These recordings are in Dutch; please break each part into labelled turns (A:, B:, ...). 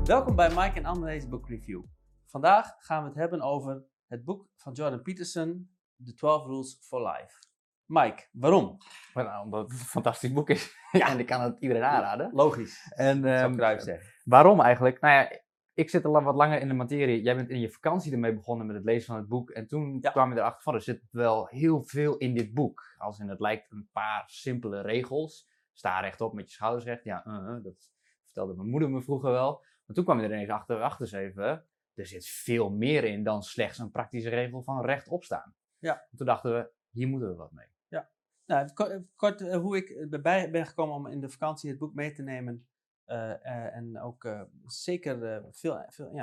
A: Welkom bij Mike en André's Book Review. Vandaag gaan we het hebben over het boek van Jordan Peterson, The 12 Rules for Life. Mike, waarom?
B: Nou, omdat het een fantastisch boek is. Ja. En ik kan het iedereen aanraden.
A: Logisch,
B: En,
A: zou Cruijff zeggen.
B: Waarom eigenlijk? Nou ja, ik zit al wat langer in de materie. Jij bent in je vakantie ermee begonnen met het lezen van het boek. En toen kwam je erachter van, er zit wel heel veel in dit boek. Als in het lijkt een paar simpele regels. Sta rechtop met je schouders recht. Ja, dat vertelde mijn moeder me vroeger wel. Maar toen kwam je er ineens achter, wacht eens even. Er zit veel meer in dan slechts een praktische regel van rechtop staan.
A: Ja.
B: En toen dachten we, hier moeten we wat mee.
A: Nou, kort hoe ik erbij ben gekomen om in de vakantie het boek mee te nemen. En ook zeker veel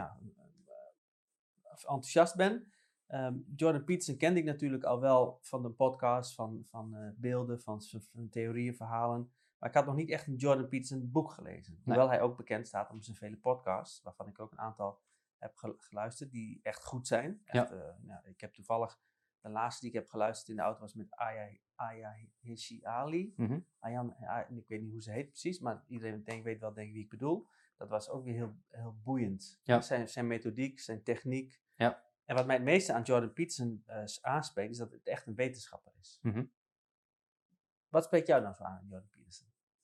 A: enthousiast ben. Jordan Peterson kende ik natuurlijk al wel van de podcast, van beelden, van theorieën, verhalen. Maar ik had nog niet echt een Jordan Peterson boek gelezen. Nee. Hoewel hij ook bekend staat om zijn vele podcasts, waarvan ik ook een aantal heb geluisterd, die echt goed zijn. Echt, ik heb toevallig de laatste die ik heb geluisterd in de auto was met Aya Hishiali.
B: Mm-hmm.
A: Ik weet niet hoe ze heet precies, maar iedereen weet wel wie ik bedoel. Dat was ook weer heel, heel boeiend.
B: Ja.
A: Zijn methodiek, zijn techniek.
B: Ja.
A: En wat mij het meeste aan Jordan Peterson aanspreekt, is dat het echt een wetenschapper is.
B: Mm-hmm.
A: Wat spreekt jou dan zo aan Jordan Peterson?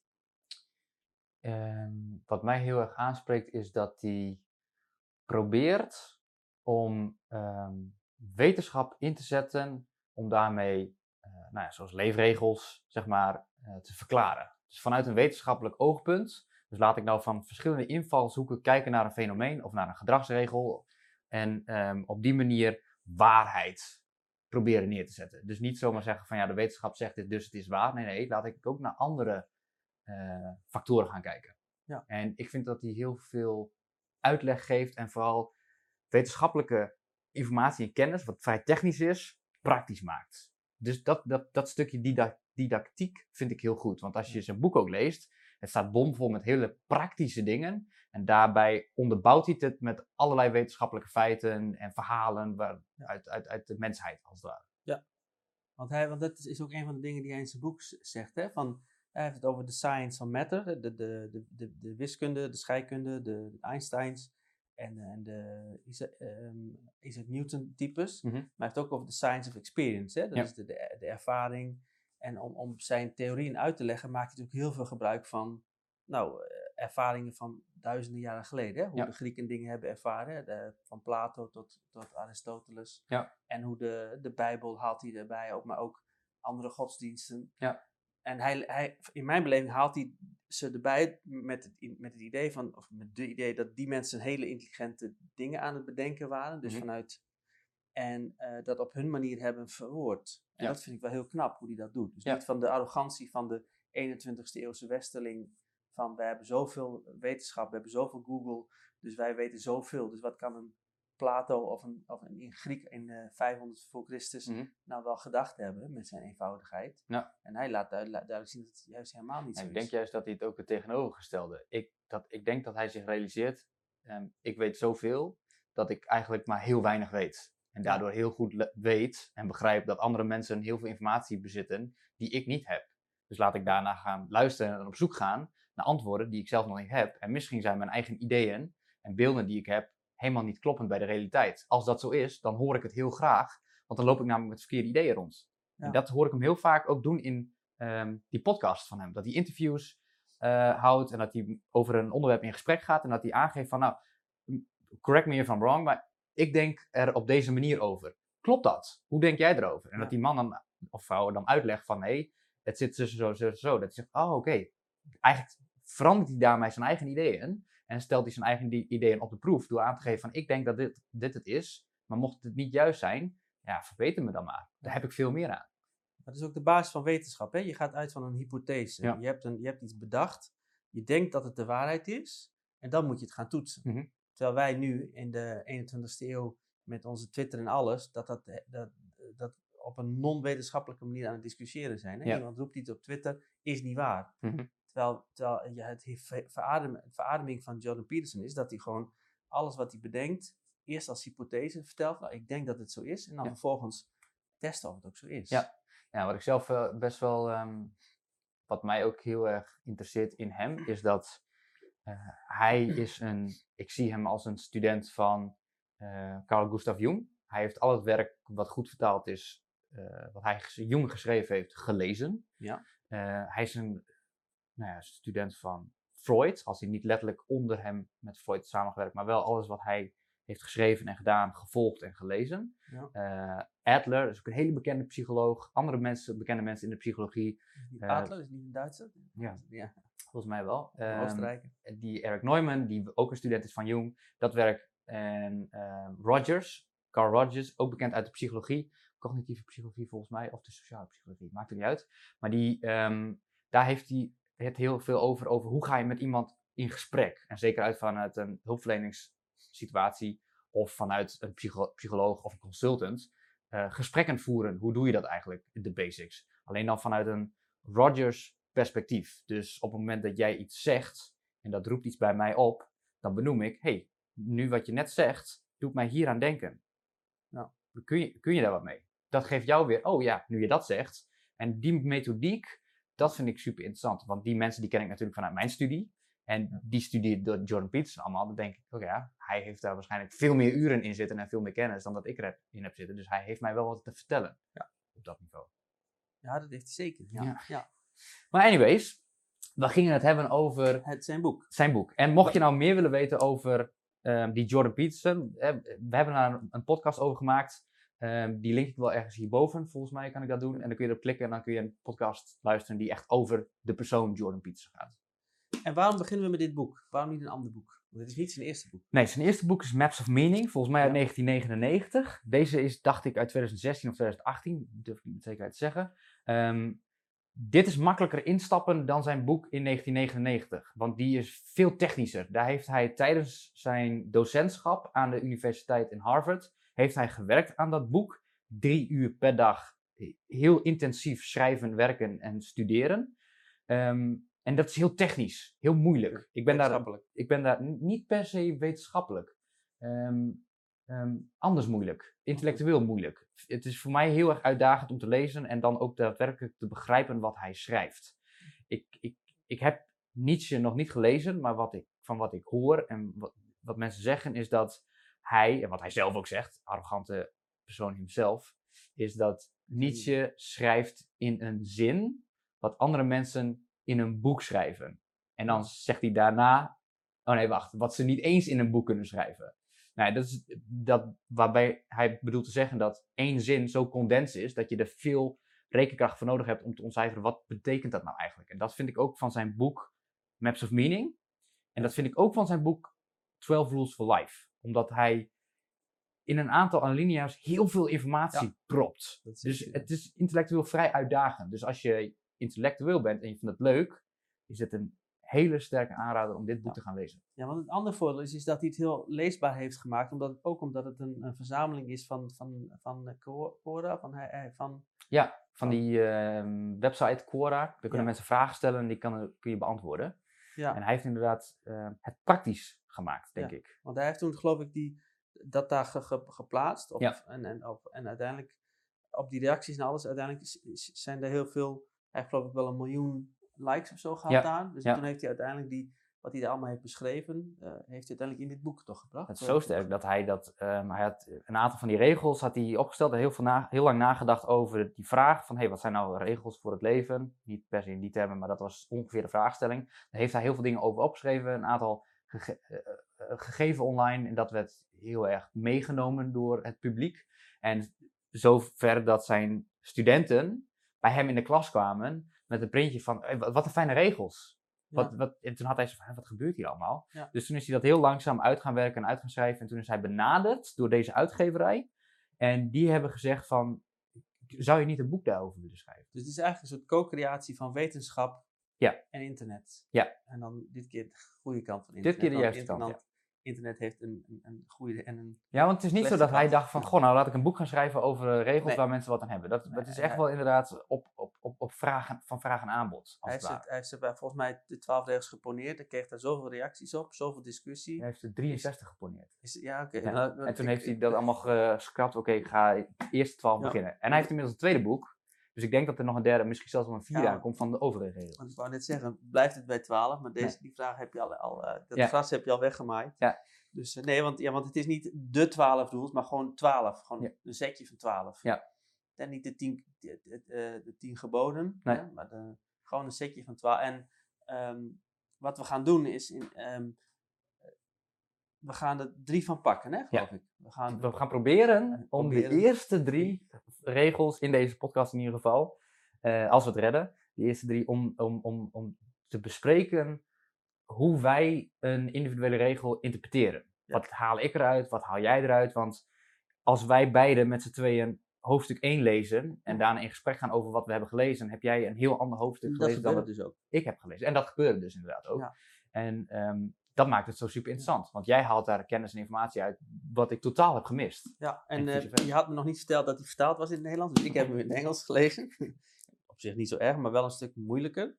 B: Wat mij heel erg aanspreekt is dat hij probeert om wetenschap in te zetten om daarmee, zoals leefregels, zeg maar, te verklaren. Dus vanuit een wetenschappelijk oogpunt. Dus laat ik nou van verschillende invalshoeken kijken naar een fenomeen of naar een gedragsregel. En op die manier waarheid proberen neer te zetten. Dus niet zomaar zeggen van ja, de wetenschap zegt dit, dus het is waar. Nee, laat ik ook naar andere factoren gaan kijken.
A: Ja.
B: En ik vind dat hij heel veel uitleg geeft en vooral wetenschappelijke informatie en kennis, wat vrij technisch is, praktisch maakt. Dus dat stukje didactiek vind ik heel goed. Want als je zijn boek ook leest, het staat bomvol met hele praktische dingen. En daarbij onderbouwt hij het met allerlei wetenschappelijke feiten en verhalen uit de mensheid, als het ware.
A: Ja, want dat is ook een van de dingen die hij in zijn boek zegt. Hè? Hij heeft het over de science of matter, de wiskunde, de scheikunde, de Einsteins en de Isaac Newton types.
B: Mm-hmm.
A: Maar hij heeft het ook over de science of experience. Hè? Dat is de ervaring. En om zijn theorieën uit te leggen, maakt hij natuurlijk heel veel gebruik van ervaringen van duizenden jaren geleden. Hè? Hoe de Grieken dingen hebben ervaren. Van Plato tot Aristoteles.
B: Ja.
A: En hoe de Bijbel haalt hij erbij ook, maar ook andere godsdiensten.
B: Ja.
A: En hij, in mijn beleving haalt hij ze erbij met het idee idee dat die mensen hele intelligente dingen aan het bedenken waren. Dus vanuit... En dat op hun manier hebben verwoord. En dat vind ik wel heel knap, hoe hij dat doet. Dus niet van de arrogantie van de 21ste eeuwse westerling. Van, wij hebben zoveel wetenschap, we hebben zoveel Google. Dus wij weten zoveel. Dus wat kan een Plato of een Griek in 500 voor Christus nou wel gedacht hebben met zijn eenvoudigheid.
B: Ja.
A: En hij laat duidelijk zien dat het juist helemaal niet zo is.
B: Ik denk juist dat hij het ook het tegenovergestelde. Ik denk dat hij zich realiseert, ik weet zoveel, dat ik eigenlijk maar heel weinig weet. En daardoor heel goed weet en begrijp dat andere mensen heel veel informatie bezitten die ik niet heb. Dus laat ik daarna gaan luisteren en op zoek gaan naar antwoorden die ik zelf nog niet heb. En misschien zijn mijn eigen ideeën en beelden die ik heb helemaal niet kloppend bij de realiteit. Als dat zo is, dan hoor ik het heel graag, want dan loop ik namelijk met verkeerde ideeën rond. Ja. En dat hoor ik hem heel vaak ook doen in die podcast van hem. Dat hij interviews houdt en dat hij over een onderwerp in gesprek gaat en dat hij aangeeft van, nou, correct me if I'm wrong, maar ik denk er op deze manier over. Klopt dat? Hoe denk jij erover? En dat die man dan, of vrouw dan uitlegt van, hé, het zit zo. Dat hij zegt, oké. Eigenlijk verandert hij daarmee zijn eigen ideeën en stelt hij zijn eigen ideeën op de proef door aan te geven van, ik denk dat dit het is, maar mocht het niet juist zijn, ja, verbeter me dan maar. Daar heb ik veel meer aan.
A: Dat is ook de basis van wetenschap. Hè? Je gaat uit van een hypothese. Ja. Je hebt iets bedacht. Je denkt dat het de waarheid is. En dan moet je het gaan toetsen.
B: Mm-hmm.
A: Terwijl wij nu in de 21ste eeuw met onze Twitter en alles, dat op een non-wetenschappelijke manier aan het discussiëren zijn. Hè? Iemand roept iets op Twitter, is niet waar.
B: Mm-hmm.
A: Terwijl het verademing van Jordan Peterson is dat hij gewoon alles wat hij bedenkt, eerst als hypothese vertelt. Nou, ik denk dat het zo is. En dan vervolgens testen of het ook zo is.
B: Ja, wat ik zelf best wel, wat mij ook heel erg interesseert in hem, is dat Ik zie hem als een student van Carl Gustav Jung. Hij heeft al het werk wat goed vertaald is, wat hij Jung geschreven heeft, gelezen.
A: Ja.
B: Hij is een student van Freud, als hij niet letterlijk onder hem met Freud samengewerkt, maar wel alles wat hij heeft geschreven en gedaan, gevolgd en gelezen.
A: Ja.
B: Adler, dat is ook een hele bekende psycholoog. Andere bekende mensen in de psychologie.
A: Adler is niet een Duitser?
B: Ja. Volgens mij wel.
A: Oostenrijker.
B: Die Eric Neumann, die ook een student is van Jung, dat werk. En Carl Rogers, ook bekend uit de psychologie, cognitieve psychologie volgens mij, of de sociale psychologie, maakt er niet uit. Maar daar heeft hij het heel veel over hoe ga je met iemand in gesprek. En zeker vanuit een hulpverleningssituatie of vanuit een psycholoog of een consultant. Gesprekken voeren, hoe doe je dat eigenlijk, de basics. Alleen dan vanuit een Rogers perspectief. Dus op het moment dat jij iets zegt en dat roept iets bij mij op, dan benoem ik, hey, nu wat je net zegt, doet mij hier aan denken.
A: Nou.
B: Kun je daar wat mee? Dat geeft jou weer, oh ja, nu je dat zegt. En die methodiek, dat vind ik super interessant. Want die mensen die ken ik natuurlijk vanuit mijn studie. En die studie door Jordan Peterson allemaal, dan denk ik, oké, ja, hij heeft daar waarschijnlijk veel meer uren in zitten en veel meer kennis dan dat ik erin heb zitten. Dus hij heeft mij wel wat te vertellen op dat niveau.
A: Ja, dat heeft hij zeker. Ja.
B: Maar anyways, we gingen het hebben over
A: zijn boek.
B: En mocht je nou meer willen weten over die Jordan Peterson, we hebben daar een podcast over gemaakt. Die link ik wel ergens hierboven, volgens mij kan ik dat doen. En dan kun je erop klikken en dan kun je een podcast luisteren die echt over de persoon Jordan Peterson gaat.
A: En waarom beginnen we met dit boek? Waarom niet een ander boek? Want dit is niet zijn eerste boek.
B: Nee, zijn eerste boek is Maps of Meaning, volgens mij uit 1999. Deze is, dacht ik, uit 2016 of 2018, durf ik niet met zekerheid te zeggen. Dit is makkelijker instappen dan zijn boek in 1999, want die is veel technischer. Daar heeft hij tijdens zijn docentschap aan de universiteit in Harvard, heeft hij gewerkt aan dat boek. 3 uur per dag, heel intensief schrijven, werken en studeren. En dat is heel technisch, heel moeilijk. Ik ben daar niet per se wetenschappelijk. Anders moeilijk, intellectueel moeilijk. Het is voor mij heel erg uitdagend om te lezen en dan ook daadwerkelijk te begrijpen wat hij schrijft. Ik heb Nietzsche nog niet gelezen, maar wat ik hoor en wat mensen zeggen is dat hij, en wat hij zelf ook zegt, arrogante persoon hemzelf, is dat Nietzsche schrijft in een zin wat andere mensen in een boek schrijven. En dan zegt hij daarna, oh nee wacht, wat ze niet eens in een boek kunnen schrijven. Nou, dat is waarbij hij bedoelt te zeggen dat 1 zin zo condens is, dat je er veel rekenkracht voor nodig hebt om te ontcijferen wat betekent dat nou eigenlijk. En dat vind ik ook van zijn boek Maps of Meaning. En dat vind ik ook van zijn boek 12 Rules for Life. Omdat hij in een aantal alinea's heel veel informatie propt. Dus het is intellectueel vrij uitdagend. Dus als je intellectueel bent en je vindt het leuk, is het een hele sterke aanrader om dit boek te gaan lezen.
A: Ja, want het andere voordeel is dat hij het heel leesbaar heeft gemaakt, omdat het een verzameling is van Quora,
B: van die website Quora. Daar kunnen mensen vragen stellen en die kun je beantwoorden. Ja. En hij heeft inderdaad het praktisch gemaakt, denk ik.
A: Want hij heeft toen, geloof ik, dat daar geplaatst. En uiteindelijk, op die reacties en alles, uiteindelijk zijn er heel veel, hij heeft geloof ik wel 1 miljoen likes of zo gehad daar. Dus toen heeft hij uiteindelijk wat hij daar allemaal heeft beschreven, heeft hij uiteindelijk in dit boek toch gebracht.
B: Het is zo sterk dat hij hij had een aantal van die regels had hij opgesteld en heel lang nagedacht over die vraag van, wat zijn nou regels voor het leven? Niet per se in die termen, maar dat was ongeveer de vraagstelling. Daar heeft hij heel veel dingen over opgeschreven, een aantal gegeven online en dat werd heel erg meegenomen door het publiek. En zover dat zijn studenten bij hem in de klas kwamen met een printje van, wat een fijne regels. En toen had hij zo van, wat gebeurt hier allemaal? Ja. Dus toen is hij dat heel langzaam uit gaan werken en uit gaan schrijven. En toen is hij benaderd door deze uitgeverij. En die hebben gezegd van, zou je niet een boek daarover willen schrijven?
A: Dus het is eigenlijk een soort co-creatie van wetenschap en internet.
B: Ja.
A: En dan dit keer de goede kant van internet.
B: Dit keer de juiste kant,
A: Internet heeft een goede en een...
B: Ja, want het is niet zo dat hij dacht van, nou laat ik een boek gaan schrijven over regels waar mensen wat aan hebben. Dat is echt wel inderdaad op vragen en aanbod.
A: Hij heeft volgens mij de 12 regels geponeerd. Hij kreeg daar zoveel reacties op, zoveel discussie.
B: Hij heeft er 63 geponeerd.
A: Oké.
B: En toen heeft hij dat allemaal geschrapt. Oké, ik ga eerst 12 beginnen. En hij heeft inmiddels een tweede boek. Dus ik denk dat er nog een derde, misschien zelfs wel een vierde
A: Ja.
B: aankomt van de overige regel.
A: Want ik wou net zeggen, blijft het bij 12? Maar
B: Nee.
A: die vraag heb je dat
B: Ja.
A: gras heb je al weggemaaid.
B: Ja.
A: Dus nee, want het is niet de 12 rules, maar gewoon 12. Gewoon
B: Ja.
A: een setje van 12.
B: Ja.
A: En niet de 10 geboden,
B: Nee.
A: maar gewoon een setje van 12. En wat we gaan doen is, we gaan er 3 van pakken, hè, geloof ik. We
B: gaan proberen om de eerste 3 regels in deze podcast in ieder geval, als we het redden, de eerste 3 om te bespreken hoe wij een individuele regel interpreteren.
A: Ja.
B: Wat haal ik eruit, wat haal jij eruit? Want als wij beiden met z'n tweeën hoofdstuk 1 lezen en daarna in gesprek gaan over wat we hebben gelezen, heb jij een heel ander hoofdstuk gelezen dan
A: dat dus ook.
B: ik heb gelezen. En dat gebeurde dus inderdaad ook.
A: Ja.
B: En dat maakt het zo super interessant. Want jij haalt daar kennis en informatie uit wat ik totaal heb gemist.
A: Ja, en
B: vice versa.
A: je had me nog niet verteld dat hij vertaald was in het Nederlands. Dus ik heb hem in het Engels gelezen. Op zich niet zo erg, maar wel een stuk moeilijker.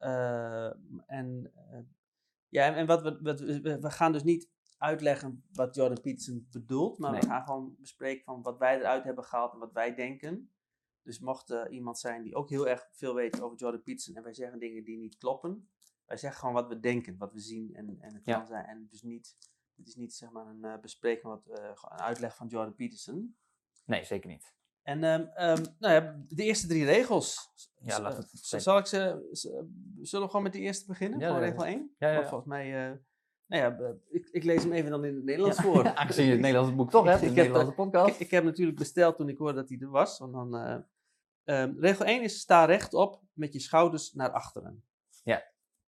A: En wat we gaan dus niet uitleggen wat Jordan Peterson bedoelt. Maar
B: Nee.
A: we gaan gewoon bespreken van wat wij eruit hebben gehaald en wat wij denken. Dus mocht er iemand zijn die ook heel erg veel weet over Jordan Peterson en wij zeggen dingen die niet kloppen. Wij zeggen gewoon wat we denken, wat we zien en het kan zijn. En dus niet, het is niet zeg maar een bespreking, een uitleg van Jordan Peterson.
B: Nee, zeker niet.
A: En de eerste 3 regels.
B: Ja, laat het
A: Zullen we gewoon met de eerste beginnen?
B: Ja,
A: Gewoon
B: ja,
A: regel 1?
B: ja.
A: Want volgens mij, ik lees hem even dan in het Nederlands voor.
B: Aangezien je het Nederlandse boek toch hebt, de Nederlandse podcast.
A: Ik heb natuurlijk besteld toen ik hoorde dat hij er was. Want dan, regel 1 is sta rechtop met je schouders naar achteren.
B: Ja.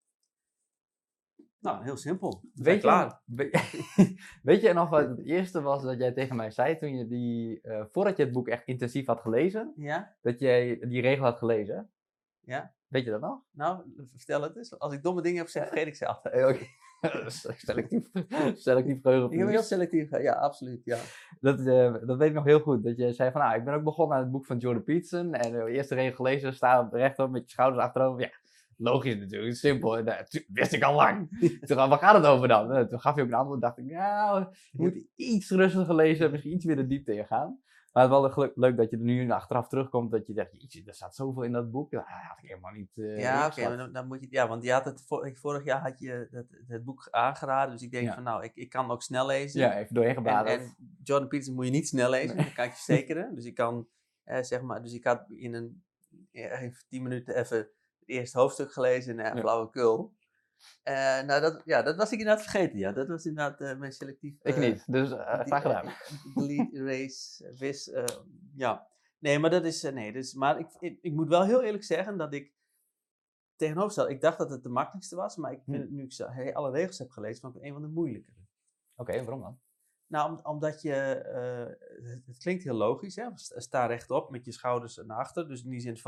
A: Nou, heel simpel.
B: Weet je nog wat het eerste was dat jij tegen mij zei toen je voordat je het boek echt intensief had gelezen,
A: Ja?
B: dat jij die regel had gelezen?
A: Ja?
B: Weet je dat nog?
A: Nou, vertel het eens. Als ik domme dingen heb gezegd, vergeet ik ze altijd.
B: Oké. Selectief geheugen.
A: Ik heb heel selectief, ja, absoluut, ja.
B: Dat weet ik nog heel goed. Dat je zei van, ik ben ook begonnen aan het boek van Jordan Peterson en de eerste regel gelezen, sta rechtop met je schouders achterover. Ja, logisch natuurlijk, simpel. En, dat wist ik al lang. Toen, waar gaat het over dan? Toen gaf je ook een antwoord. Dacht ik, je moet iets rustiger lezen, misschien iets meer de diepte in gaan. Maar het is wel leuk dat je er nu achteraf terugkomt, dat je denkt, jeetje, er staat zoveel in dat boek. Dat had ik helemaal niet
A: oké, dan moet je, want je had het vorig jaar had je het boek aangeraden, dus ik denk van ik kan ook snel lezen.
B: Ja, even doorheen gebladerd.
A: En Jordan Peterson moet je niet snel lezen, dat kan ik je verzekeren. Dus ik kan, dus ik had in 10 minuten even het eerste hoofdstuk gelezen en flauwekul. Dat was ik inderdaad vergeten, ja. Dat was inderdaad mijn selectief...
B: ik niet, dus graag gedaan.
A: Delete, erase, vis, ja. Nee, maar dat is... dus, maar ik moet wel heel eerlijk zeggen dat ik tegenover stel, ik dacht dat het de makkelijkste was, maar ik vind het, nu ik alle regels heb gelezen, vond ik het een van de moeilijkere.
B: Oké, waarom dan?
A: Nou, omdat je... het klinkt heel logisch, hè. Sta rechtop met je schouders naar achter. Dus in die zin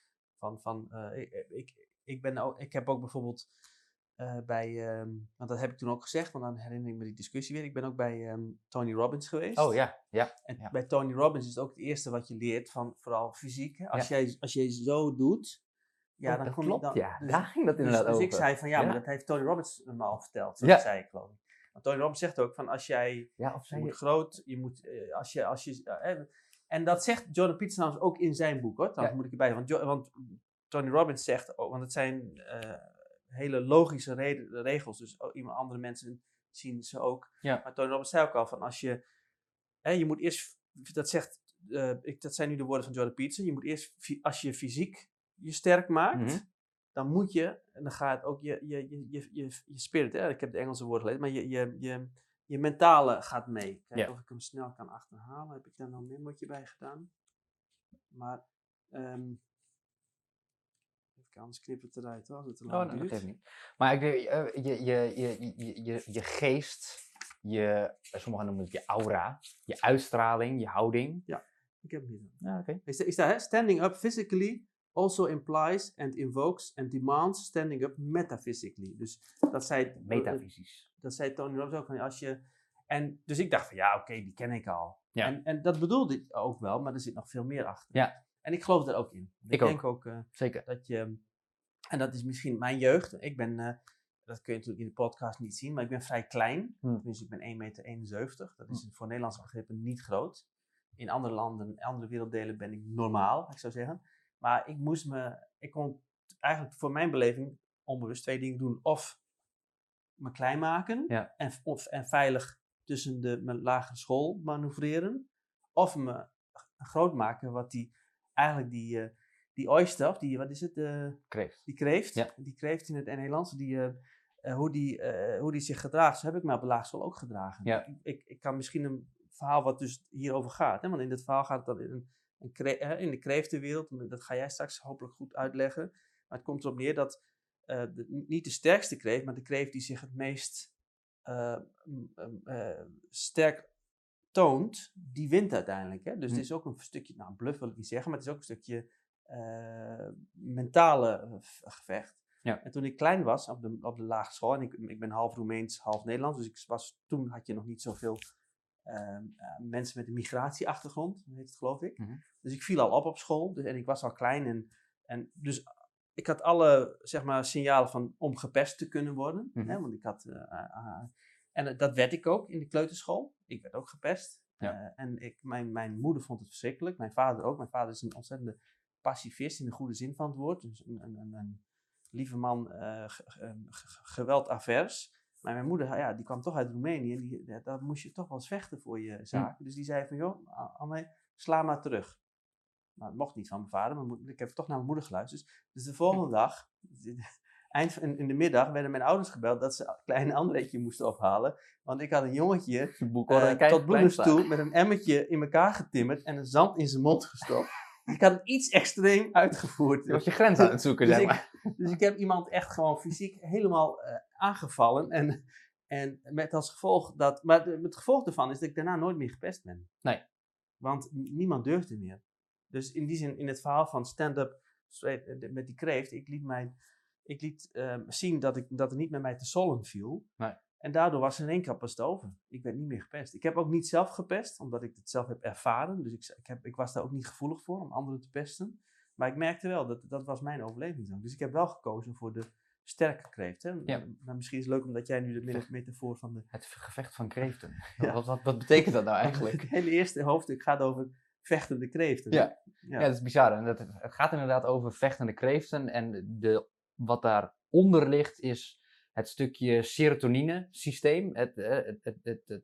A: ik heb ook bijvoorbeeld... want dat heb ik toen ook gezegd, want dan herinner ik me die discussie weer. Ik ben ook bij Tony Robbins geweest.
B: Oh ja.
A: En bij Tony Robbins is het ook het eerste wat je leert van vooral fysiek. Hè? Als jij zo doet, ja, dan kom je dan.
B: Dus, daar ging dat inderdaad over.
A: Dus ik zei van maar dat heeft Tony Robbins me al verteld. Zo zei ik, geloof ik. Want Tony Robbins zegt ook van als jij je moet groot, je moet en dat zegt Jordan Peterson trouwens ook in zijn boek, hoor. Dan moet ik erbij. Want Tony Robbins zegt, want het zijn hele logische regels, dus andere mensen zien ze ook.
B: Ja.
A: Maar Tony Robbins zei ook al van als je moet eerst, dat zijn nu de woorden van Jordan Peterson, je moet eerst, als je fysiek je sterk maakt, dan moet je, en dan gaat ook je spirit, ik heb de Engelse woord gelezen, maar je mentale gaat mee. Kijk of ik hem snel kan achterhalen. Heb ik daar nog een memootje bij gedaan? Maar anders knip het eruit, hoor, als het te lang duurt.
B: Dat heeft niet. Maar ik denk, je geest, sommigen noemen het je aura, je uitstraling, je houding.
A: Ja, ik heb het niet.
B: Ja, oké.
A: Is dat, standing up physically also implies and invokes and demands standing up metaphysically. Dus dat zei...
B: Metafysisch.
A: Dat zei Tony Robbins ook, van als je... En dus ik dacht van, oké, die ken ik al.
B: Ja.
A: En dat bedoelde ik ook wel, maar er zit nog veel meer achter.
B: Ja.
A: En ik geloof er ook in. Ik denk ook
B: zeker.
A: Dat je... En dat is misschien mijn jeugd. Ik ben, dat kun je natuurlijk in de podcast niet zien, maar ik ben vrij klein. Dus ik ben 1,71 meter. Dat is voor Nederlandse begrippen niet groot. In andere landen, andere werelddelen ben ik normaal, ik zou zeggen. Maar ik kon eigenlijk voor mijn beleving onbewust 2 dingen doen. Of me klein maken
B: Ja.
A: en veilig tussen mijn lagere school manoeuvreren. Of me groot maken wat die oyster, wat is het?
B: Kreeft.
A: Die kreeft.
B: Ja.
A: Die kreeft in het Nederlands, hoe die zich gedraagt. Zo heb ik me op de lagere school ook gedragen.
B: Ja.
A: Ik kan misschien een verhaal wat dus hierover gaat. Hè? Want in dit verhaal gaat het dan in de kreeftenwereld. Dat ga jij straks hopelijk goed uitleggen. Maar het komt erop neer dat niet de sterkste kreeft, maar de kreeft die zich het meest sterk toont, die wint uiteindelijk. Hè? Dus het is ook een stukje, bluff wil ik niet zeggen, maar het is ook een stukje mentale gevecht.
B: Ja.
A: En toen ik klein was op de lagere school, en ik ben half Roemeens, half Nederlands, dus toen had je nog niet zoveel mensen met een migratieachtergrond, heet het geloof ik.
B: Mm-hmm.
A: Dus ik viel al op school, en ik was al klein en dus ik had alle, zeg maar, signalen om gepest te kunnen worden.
B: Mm-hmm.
A: Hè, want ik had en dat werd ik ook in de kleuterschool. Ik werd ook gepest.
B: Ja.
A: En mijn moeder vond het verschrikkelijk. Mijn vader ook. Mijn vader is een ontzettende pacifist in de goede zin van het woord. Dus een lieve man, geweldavers. Maar mijn moeder, die kwam toch uit Roemenië. En daar moest je toch wel eens vechten voor je zaken. Dus die zei van, joh, Anne, sla maar terug. Maar het mocht niet van mijn vader. Ik heb toch naar mijn moeder geluisterd. Dus de volgende dag, eind in de middag, werden mijn ouders gebeld dat ze een klein Andreetje moesten ophalen. Want ik had een jongetje tot bloedens toe met een emmertje in elkaar getimmerd en een zand in zijn mond gestopt. Ik had het iets extreem uitgevoerd.
B: Je was je grens aan het zoeken, zeg maar.
A: Dus ik heb iemand echt gewoon fysiek helemaal aangevallen. En met als gevolg dat... Maar het gevolg ervan is dat ik daarna nooit meer gepest ben.
B: Nee.
A: Want niemand durfde meer. Dus in die zin, in het verhaal van stand-up met die kreeft, ik liet zien dat er niet met mij te sollen viel.
B: Nee.
A: En daardoor was er in één keer pas het over. Ik werd niet meer gepest. Ik heb ook niet zelf gepest, omdat ik het zelf heb ervaren. Dus ik was daar ook niet gevoelig voor om anderen te pesten. Maar ik merkte wel, dat was mijn overlevingsdrang. Dus ik heb wel gekozen voor de sterke kreeft. Hè?
B: Ja.
A: Maar misschien is het leuk omdat jij nu de metafoor van de...
B: Het gevecht van kreeften.
A: Ja.
B: Wat betekent dat nou eigenlijk?
A: Het hele eerste hoofdstuk gaat over vechtende kreeften.
B: Ja, dat is bizar. En het gaat inderdaad over vechtende kreeften. En wat daaronder ligt is het stukje serotonine systeem. Het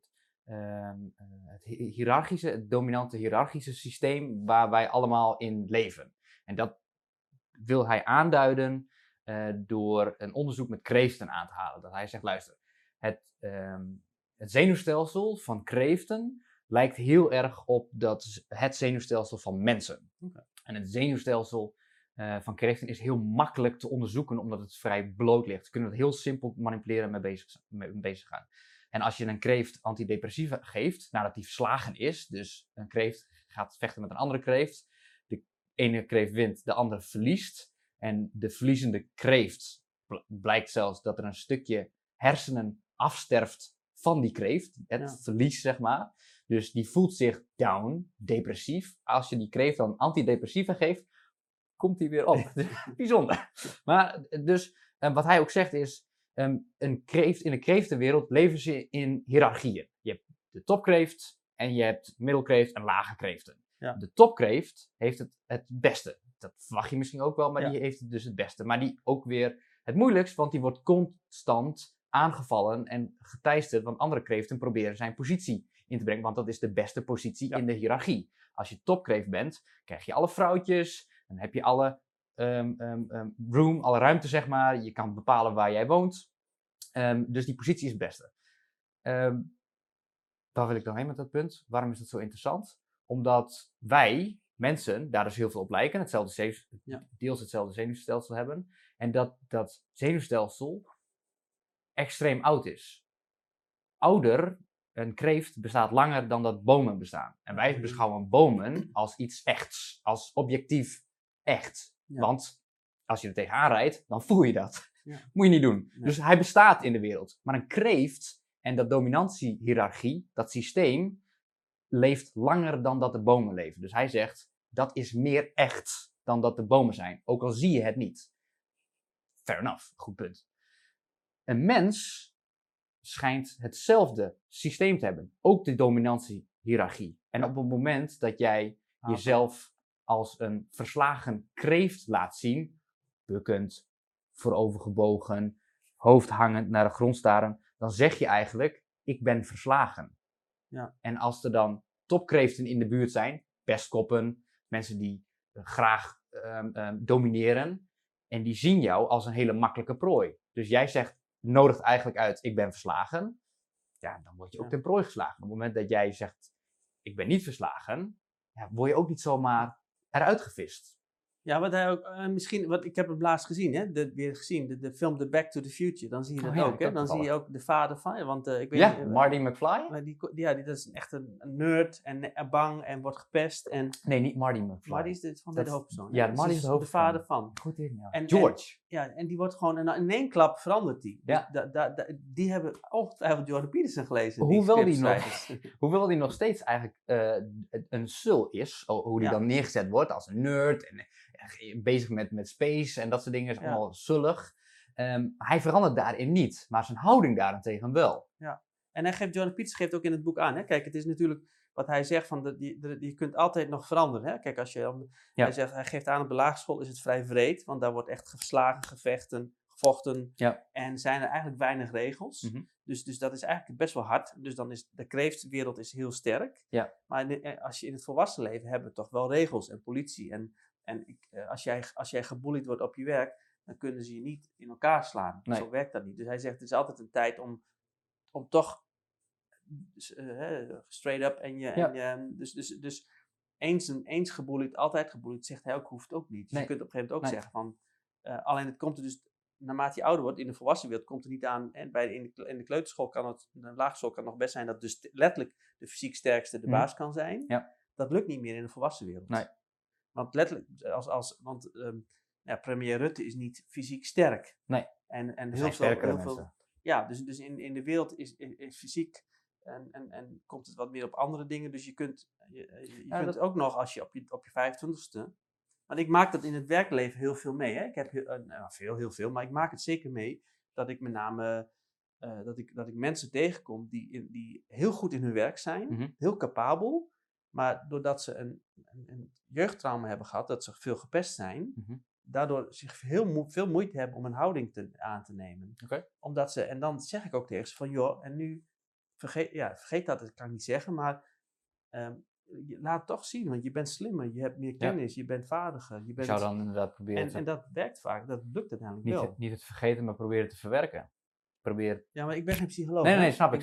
B: hiërarchische, het dominante hiërarchische systeem waar wij allemaal in leven. En dat wil hij aanduiden door een onderzoek met kreeften aan te halen. Dat hij zegt, luister, het zenuwstelsel van kreeften lijkt heel erg op het zenuwstelsel van mensen.
A: Okay.
B: En het zenuwstelsel van kreeften is heel makkelijk te onderzoeken, omdat het vrij bloot ligt. Ze kunnen het heel simpel manipuleren en bezig gaan. En als je een kreeft antidepressiva geeft, nadat die verslagen is, dus een kreeft gaat vechten met een andere kreeft, de ene kreeft wint, de andere verliest. En de verliezende kreeft blijkt zelfs dat er een stukje hersenen afsterft van die kreeft. Het verlies, zeg maar. Dus die voelt zich down, depressief. Als je die kreeft dan antidepressiva geeft, komt die weer op. Bijzonder. Maar dus, wat hij ook zegt is, in de kreeftenwereld leven ze in hiërarchieën. Je hebt de topkreeft en je hebt middelkreeft en lage kreeften. Ja. De topkreeft heeft het beste. Dat verwacht je misschien ook wel, maar die heeft het dus het beste. Maar die ook weer het moeilijkst, want die wordt constant aangevallen en geteisterd, want andere kreeften proberen zijn positie in te brengen, want dat is de beste positie in de hiërarchie. Als je topkreeft bent, krijg je alle vrouwtjes, dan heb je alle alle ruimte, zeg maar. Je kan bepalen waar jij woont. Dus die positie is het beste. Waar wil ik dan heen met dat punt? Waarom is dat zo interessant? Omdat wij, mensen, daar dus heel veel op lijken. Deels hetzelfde zenuwstelsel hebben. En dat zenuwstelsel extreem oud is. Een kreeft bestaat langer dan dat bomen bestaan. En wij beschouwen bomen als iets echts. Als objectief echt. Ja. Want als je er tegenaan rijdt, dan voel je dat. Ja. Moet je niet doen. Nee. Dus hij bestaat in de wereld. Maar een kreeft en dat dominantiehiërarchie, dat systeem, leeft langer dan dat de bomen leven. Dus hij zegt, dat is meer echt dan dat de bomen zijn. Ook al zie je het niet. Fair enough, goed punt. Een mens schijnt hetzelfde systeem te hebben. Ook de dominantiehiërarchie. En op het moment dat jij jezelf als een verslagen kreeft laat zien, bukkend, voorovergebogen, hoofd hangend naar de grond staren, dan zeg je eigenlijk, ik ben verslagen.
A: Ja.
B: En als er dan topkreeften in de buurt zijn, pestkoppen, mensen die graag domineren, en die zien jou als een hele makkelijke prooi. Dus jij zegt, nodigt eigenlijk uit, ik ben verslagen. Ja, dan word je ook ten prooi geslagen. Op het moment dat jij zegt, ik ben niet verslagen, word je ook niet zomaar eruit gevist.
A: Ja, wat hij ook, misschien, ik heb het laatst gezien, hè, weer gezien, de film The Back to the Future, dan zie je dat ook, hè, dan zie je ook de vader van, want ik weet niet...
B: Marty McFly?
A: Maar dat is echt een nerd en bang en wordt gepest en...
B: Nee, niet Marty McFly.
A: Marty is de hoofdpersoon.
B: Ja, Marty is de hoofdpersoon.
A: De vader van.
B: Goed in, ja.
A: En,
B: George.
A: En die wordt gewoon, in één klap verandert die.
B: Ja.
A: Dus die hebben ongetwijfeld Jordan Peterson gelezen.
B: Hoewel die nog steeds eigenlijk een sul is, hoe die dan neergezet wordt als een nerd en bezig met space en dat soort dingen, is allemaal zullig. Hij verandert daarin niet, maar zijn houding daarentegen wel.
A: Ja, en Jordan Peterson geeft ook in het boek aan, hè? Kijk, het is natuurlijk wat hij zegt, van je kunt altijd nog veranderen. Hè? Kijk, als hij geeft aan op de lagere is het vrij wreed, want daar wordt echt geslagen, gevochten en zijn er eigenlijk weinig regels.
B: Mm-hmm.
A: Dus dat is eigenlijk best wel hard. Dus dan is de kreeftwereld is heel sterk.
B: Ja.
A: Maar als je in het volwassen leven hebben we toch wel regels en politie. En als jij gebullied wordt op je werk, dan kunnen ze je niet in elkaar slaan.
B: Nee.
A: Zo werkt dat niet. Dus hij zegt, het is altijd een tijd om toch straight up dus eens gebullied, altijd gebullied, zegt hij ook, hoeft ook niet. Dus je kunt op een gegeven moment ook zeggen van, alleen het komt er dus, naarmate je ouder wordt, in de volwassen wereld, komt er niet aan, en in de kleuterschool in de laagschool kan het nog best zijn dat dus letterlijk de fysiek sterkste de baas kan zijn.
B: Ja.
A: Dat lukt niet meer in de volwassen wereld.
B: Nee.
A: Want letterlijk, premier Rutte is niet fysiek sterk.
B: Nee.
A: En
B: heel veel.
A: Ja, dus in de wereld is fysiek en komt het wat meer op andere dingen. Dus je kunt ook nog, als je op je 25ste... Want ik maak dat in het werkleven heel veel mee. Hè? Ik heb heel veel, maar ik maak het zeker mee dat ik met name... dat ik mensen tegenkom die heel goed in hun werk zijn,
B: mm-hmm.
A: heel capabel, maar doordat ze een jeugdtrauma hebben gehad, dat ze veel gepest zijn,
B: mm-hmm.
A: daardoor zich veel moeite hebben om een houding aan te nemen.
B: Okay.
A: En dan zeg ik ook tegen ze van, joh, en nu, vergeet dat kan ik niet zeggen, maar laat het toch zien, want je bent slimmer, je hebt meer kennis, je bent vaardiger. Je
B: zou dan inderdaad proberen
A: en dat werkt vaak, dat lukt uiteindelijk wel.
B: Niet het vergeten, maar proberen te verwerken.
A: Ja, maar ik ben geen psycholoog.
B: Nee, snap ik.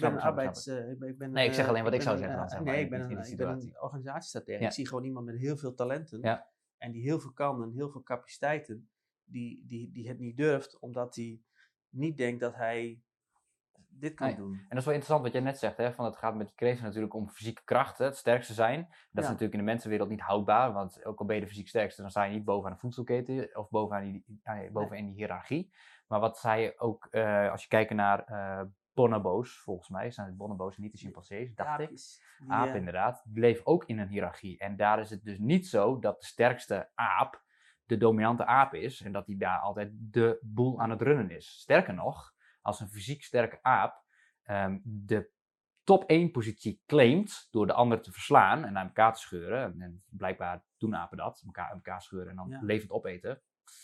B: Ik zeg alleen wat ik zou zeggen.
A: Ik ben een organisatiestratege. Ik zie gewoon iemand met heel veel talenten. En die heel veel kan en heel veel capaciteiten. Die het niet durft, omdat hij niet denkt dat hij dit kan doen.
B: En dat is wel interessant wat jij net zegt. Hè? Van het gaat met die kreeften natuurlijk om fysieke krachten, het sterkste zijn. Dat is natuurlijk in de mensenwereld niet houdbaar. Want ook al ben je de fysiek sterkste, dan sta je niet bovenaan de voedselketen. Of bovenin die hiërarchie. Maar wat zij ook, als je kijkt naar bonobo's, volgens mij zijn het bonobo's en niet de chimpansees, dacht ik. Apen inderdaad, die leven ook in een hiërarchie. En daar is het dus niet zo dat de sterkste aap de dominante aap is. En dat hij daar altijd de boel aan het runnen is. Sterker nog, als een fysiek sterke aap de top 1 positie claimt door de ander te verslaan en naar elkaar te scheuren. En blijkbaar doen apen dat, elkaar scheuren en dan levend opeten.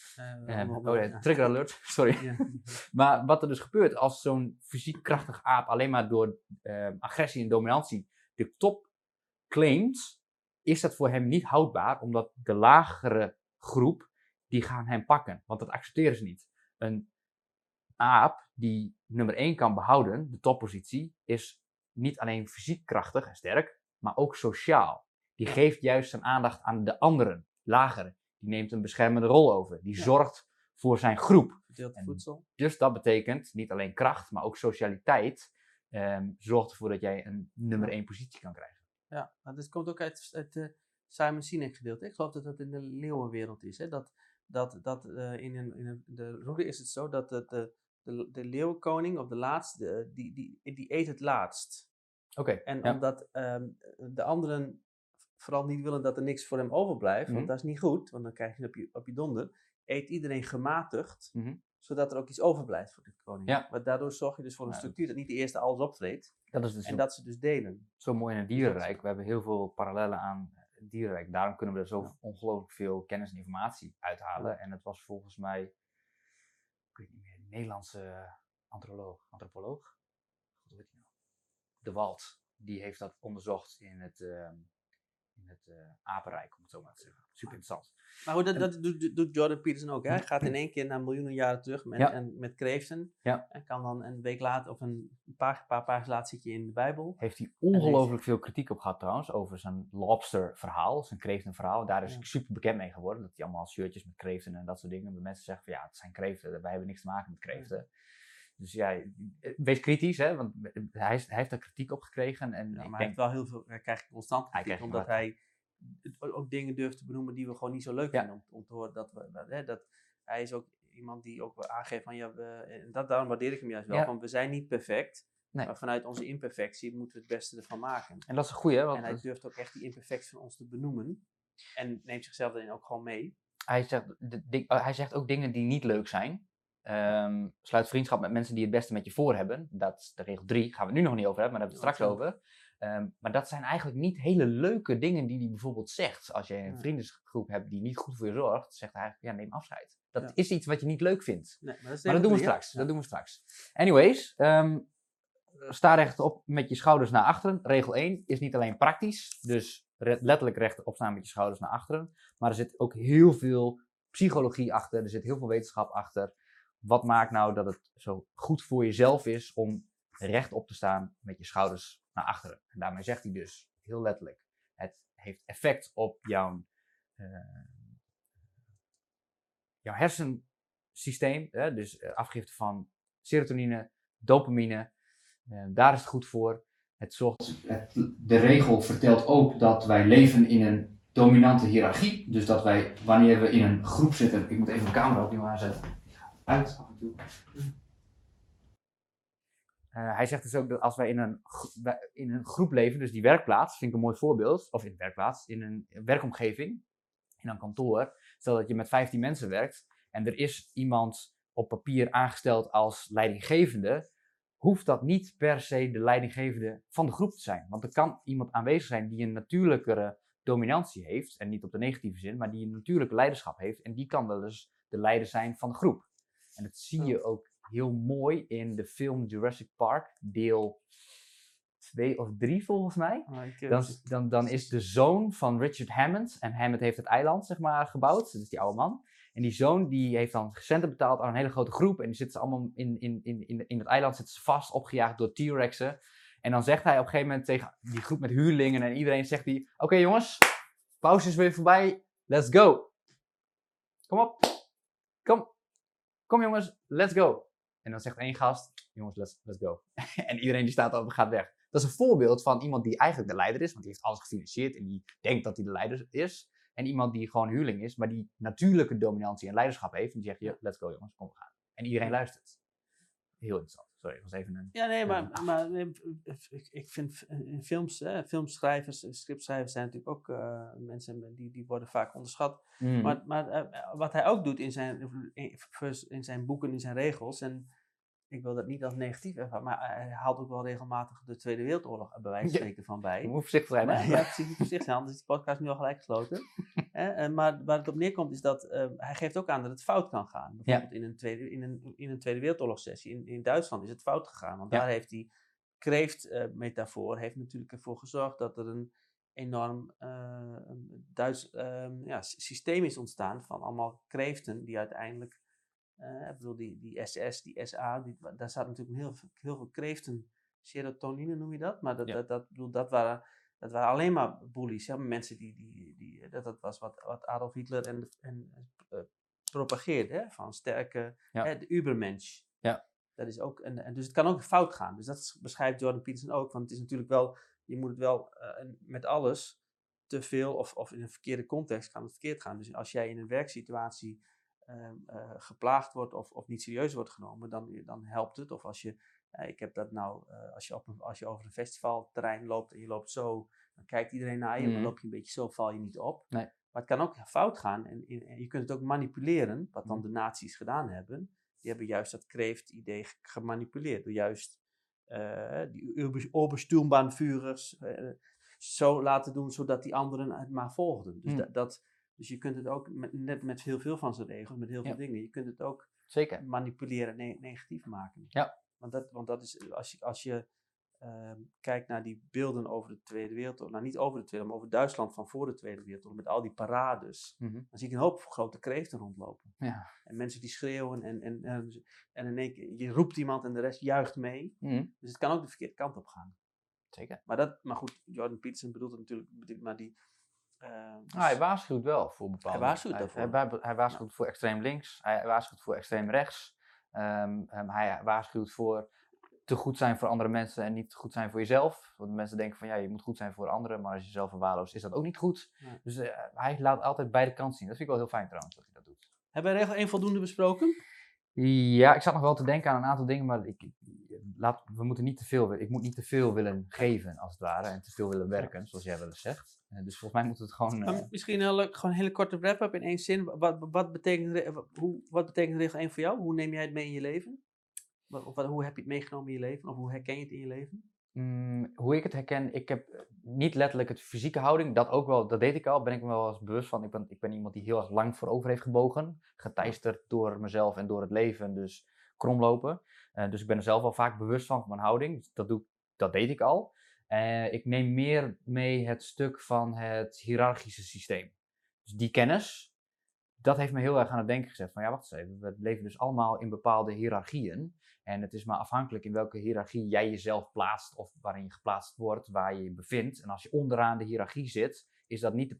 B: Trigger alert, sorry. Ja. Maar wat er dus gebeurt als zo'n fysiek krachtig aap alleen maar door agressie en dominantie de top claimt, is dat voor hem niet houdbaar, omdat de lagere groep, die gaan hem pakken. Want dat accepteren ze niet. Een aap die nummer 1 kan behouden, de toppositie, is niet alleen fysiek krachtig en sterk, maar ook sociaal. Die geeft juist zijn aandacht aan de anderen, lagere. Die neemt een beschermende rol over. Die zorgt voor zijn groep.
A: Verdeelt voedsel.
B: Dus dat betekent niet alleen kracht, maar ook socialiteit. Zorgt ervoor dat jij een nummer 1 positie kan krijgen.
A: Ja, dat komt ook uit het Simon Sinek gedeelte. Ik geloof dat dat in de leeuwenwereld is. Hè? In de roede is het zo dat de leeuwenkoning of de laatste, die eet het laatst.
B: Okay,
A: omdat de anderen vooral niet willen dat er niks voor hem overblijft, want dat is niet goed, want dan krijg je op je donder, eet iedereen gematigd, zodat er ook iets overblijft voor de koning.
B: Ja.
A: Maar daardoor zorg je dus voor een structuur dat niet de eerste alles opvreet.
B: Dat is dus
A: en dat ze dus delen.
B: Zo mooi in het dierenrijk. We hebben heel veel parallellen aan dierenrijk. Daarom kunnen we er zo ongelooflijk veel kennis en informatie uithalen.
A: Ja.
B: En het was volgens mij, ik weet niet meer, een Nederlandse antropoloog. Hoe heet die nou? De Walt. Die heeft dat onderzocht in het apenrijk, om het zo maar te zeggen. Super interessant.
A: Maar goed, dat doet Jordan Peterson ook. Hè? Hij gaat in één keer naar miljoenen jaren terug met kreeften.
B: Ja.
A: En kan dan een week later of een paar pagina's later zit je in de Bijbel.
B: Heeft hij ongelooflijk veel kritiek op gehad trouwens, over zijn lobster verhaal, zijn kreeftenverhaal. Daar is hij super bekend mee geworden, dat hij allemaal shirtjes met kreeften en dat soort dingen. Maar mensen zeggen van ja, het zijn kreeften, wij hebben niks te maken met kreeften. Dus ja, wees kritisch, hè, want hij heeft daar kritiek op gekregen. En
A: Ja,
B: ik
A: maar
B: denk,
A: hij krijgt constant kritiek, omdat hij ook dingen durft te benoemen die we gewoon niet zo leuk vinden om te horen. Dat hij is ook iemand die ook aangeeft van daarom waardeer ik hem juist wel. Van we zijn niet perfect, maar vanuit onze imperfectie moeten we het beste ervan maken.
B: En dat is een goeie, hè?
A: En hij durft ook echt die imperfectie van ons te benoemen en neemt zichzelf daarin ook gewoon mee.
B: Hij zegt ook dingen die niet leuk zijn. Sluit vriendschap met mensen die het beste met je voor hebben. Dat is de regel 3. Gaan we het nu nog niet over hebben, maar daar hebben we het straks over. Maar dat zijn eigenlijk niet hele leuke dingen die hij bijvoorbeeld zegt. Als je een vriendengroep hebt die niet goed voor je zorgt, zegt hij eigenlijk, neem afscheid. Dat is iets wat je niet leuk vindt. Nee, maar dat doen we straks. Dat doen we straks. Anyways, sta rechtop met je schouders naar achteren. Regel 1 is niet alleen praktisch, dus letterlijk rechtop staan met je schouders naar achteren. Maar er zit ook heel veel psychologie achter, er zit heel veel wetenschap achter. Wat maakt nou dat het zo goed voor jezelf is om rechtop te staan met je schouders naar achteren? En daarmee zegt hij dus heel letterlijk, het heeft effect op jouw hersensysteem, dus afgifte van serotonine, dopamine, daar is het goed voor. De regel vertelt ook dat wij leven in een dominante hiërarchie, dus dat wij, wanneer we in een groep zitten, ik moet even mijn camera opnieuw aanzetten, uit af en toe. Hij zegt dus ook dat als wij in een groep leven, dus die werkplaats, vind ik een mooi voorbeeld, of in een werkplaats, in een werkomgeving, in een kantoor, stel dat je met 15 mensen werkt en er is iemand op papier aangesteld als leidinggevende, hoeft dat niet per se de leidinggevende van de groep te zijn. Want er kan iemand aanwezig zijn die een natuurlijkere dominantie heeft, en niet op de negatieve zin, maar die een natuurlijke leiderschap heeft, en die kan wel dus de leider zijn van de groep. En dat zie je ook heel mooi in de film Jurassic Park, deel 2 of 3 volgens mij. Dan is de zoon van Richard Hammond, en Hammond heeft het eiland zeg maar gebouwd, dat is die oude man. En die zoon die heeft dan centen betaald aan een hele grote groep en die zitten ze allemaal in het eiland zitten ze vast, opgejaagd door T-Rexen. En dan zegt hij op een gegeven moment tegen die groep met huurlingen en iedereen zegt hij, oké jongens, pauze is weer voorbij, let's go. Kom op, kom jongens, let's go. En dan zegt één gast, jongens, let's go. En iedereen die staat op gaat weg. Dat is een voorbeeld van iemand die eigenlijk de leider is, want die heeft alles gefinancierd en die denkt dat hij de leider is. En iemand die gewoon huurling is, maar die natuurlijke dominantie en leiderschap heeft. En die zegt je, let's go jongens, kom we gaan. En iedereen luistert. Heel interessant. Sorry, dat was even een...
A: Ja, nee, maar ik vind in filmschrijvers, scriptschrijvers zijn natuurlijk ook mensen die worden vaak onderschat. Maar wat hij ook doet in zijn boeken, in zijn regels, en ik wil dat niet als negatief ervaren, maar hij haalt ook wel regelmatig de Tweede Wereldoorlog bij wijze van spreken van bij.
B: Je moet voorzichtig zijn.
A: Ja, precies, voorzichtig zijn, anders is de podcast nu al gelijk gesloten. Maar waar het op neerkomt is dat hij geeft ook aan dat het fout kan gaan. Bijvoorbeeld in een Tweede Wereldoorlog sessie in Duitsland is het fout gegaan. Want daar heeft die kreeftmetafoor heeft natuurlijk ervoor gezorgd dat er een enorm Duits systeem is ontstaan van allemaal kreeften die uiteindelijk... ik bedoel, die SS, die SA, daar zaten natuurlijk heel veel kreeften, serotonine noem je dat, maar dat waren alleen maar bullies, hè? Mensen dat was wat Adolf Hitler propageerde, hè? Van sterke, de Übermensch.
B: Ja.
A: Dat is ook, dus het kan ook fout gaan, dus dat beschrijft Jordan Peterson ook, want het is natuurlijk wel, je moet het wel met alles te veel of in een verkeerde context kan het verkeerd gaan. Dus als jij in een werksituatie geplaagd wordt of niet serieus wordt genomen, dan helpt het. Of als je, ik heb dat nou, als je over een festivalterrein loopt en je loopt zo, dan kijkt iedereen naar je, maar loop je een beetje zo, val je niet op.
B: Nee.
A: Maar het kan ook fout gaan en je kunt het ook manipuleren, wat dan de nazi's gedaan hebben. Die hebben juist dat kreeftidee gemanipuleerd door juist die Obersturmbannführers zo laten doen zodat die anderen het maar volgden. Dus,
B: Hmm.
A: dus je kunt het ook, net met heel veel van zijn regels, met heel veel
B: Ja.
A: dingen, je kunt het ook
B: Zeker.
A: manipuleren en negatief maken.
B: Ja.
A: Want dat is, als je kijkt naar die beelden over de Tweede Wereldoorlog, nou niet over de Tweede, maar over Duitsland van voor de Tweede Wereldoorlog, met al die parades,
B: Mhm.
A: dan zie ik een hoop grote kreeften rondlopen.
B: Ja.
A: En mensen die schreeuwen en in één keer, je roept iemand en de rest juicht mee.
B: Mhm.
A: Dus het kan ook de verkeerde kant op gaan.
B: Zeker.
A: Maar goed, Jordan Peterson bedoelt het natuurlijk, maar die...
B: Hij waarschuwt wel voor bepaalde...
A: Hij waarschuwt daarvoor.
B: Hij waarschuwt voor extreem links. Hij waarschuwt voor extreem rechts. Hij waarschuwt voor te goed zijn voor andere mensen en niet te goed zijn voor jezelf. Want mensen denken van, ja, je moet goed zijn voor anderen, maar als je zelf verwaarloost, is dat ook niet goed.
A: Ja.
B: Dus hij laat altijd beide kanten zien. Dat vind ik wel heel fijn trouwens, dat hij dat doet.
A: Hebben we regel 1 voldoende besproken?
B: Ja, ik zat nog wel te denken aan een aantal dingen, maar we moeten niet te veel, ik moet niet te veel willen geven, als het ware, en te veel willen werken, zoals jij wel eens zegt. Dus volgens mij moet het gewoon...
A: Misschien gewoon een hele korte wrap-up in 1 zin. Wat betekent regel 1 voor jou? Hoe neem jij het mee in je leven? Hoe heb je het meegenomen in je leven? Of hoe herken je het in je leven?
B: Hoe ik het herken, ik heb niet letterlijk het fysieke houding, dat ook wel, dat deed ik al, ben ik me wel eens bewust van. Ik ben iemand die heel erg lang voorover heeft gebogen, geteisterd door mezelf en door het leven, dus kromlopen. Dus ik ben er zelf wel vaak bewust van mijn houding, dat deed ik al. Ik neem meer mee het stuk van het hiërarchische systeem. Dus die kennis, dat heeft me heel erg aan het denken gezet van, ja, wacht eens even, we leven dus allemaal in bepaalde hiërarchieën. En het is maar afhankelijk in welke hiërarchie jij jezelf plaatst of waarin je geplaatst wordt, waar je je bevindt. En als je onderaan de hiërarchie zit, is dat niet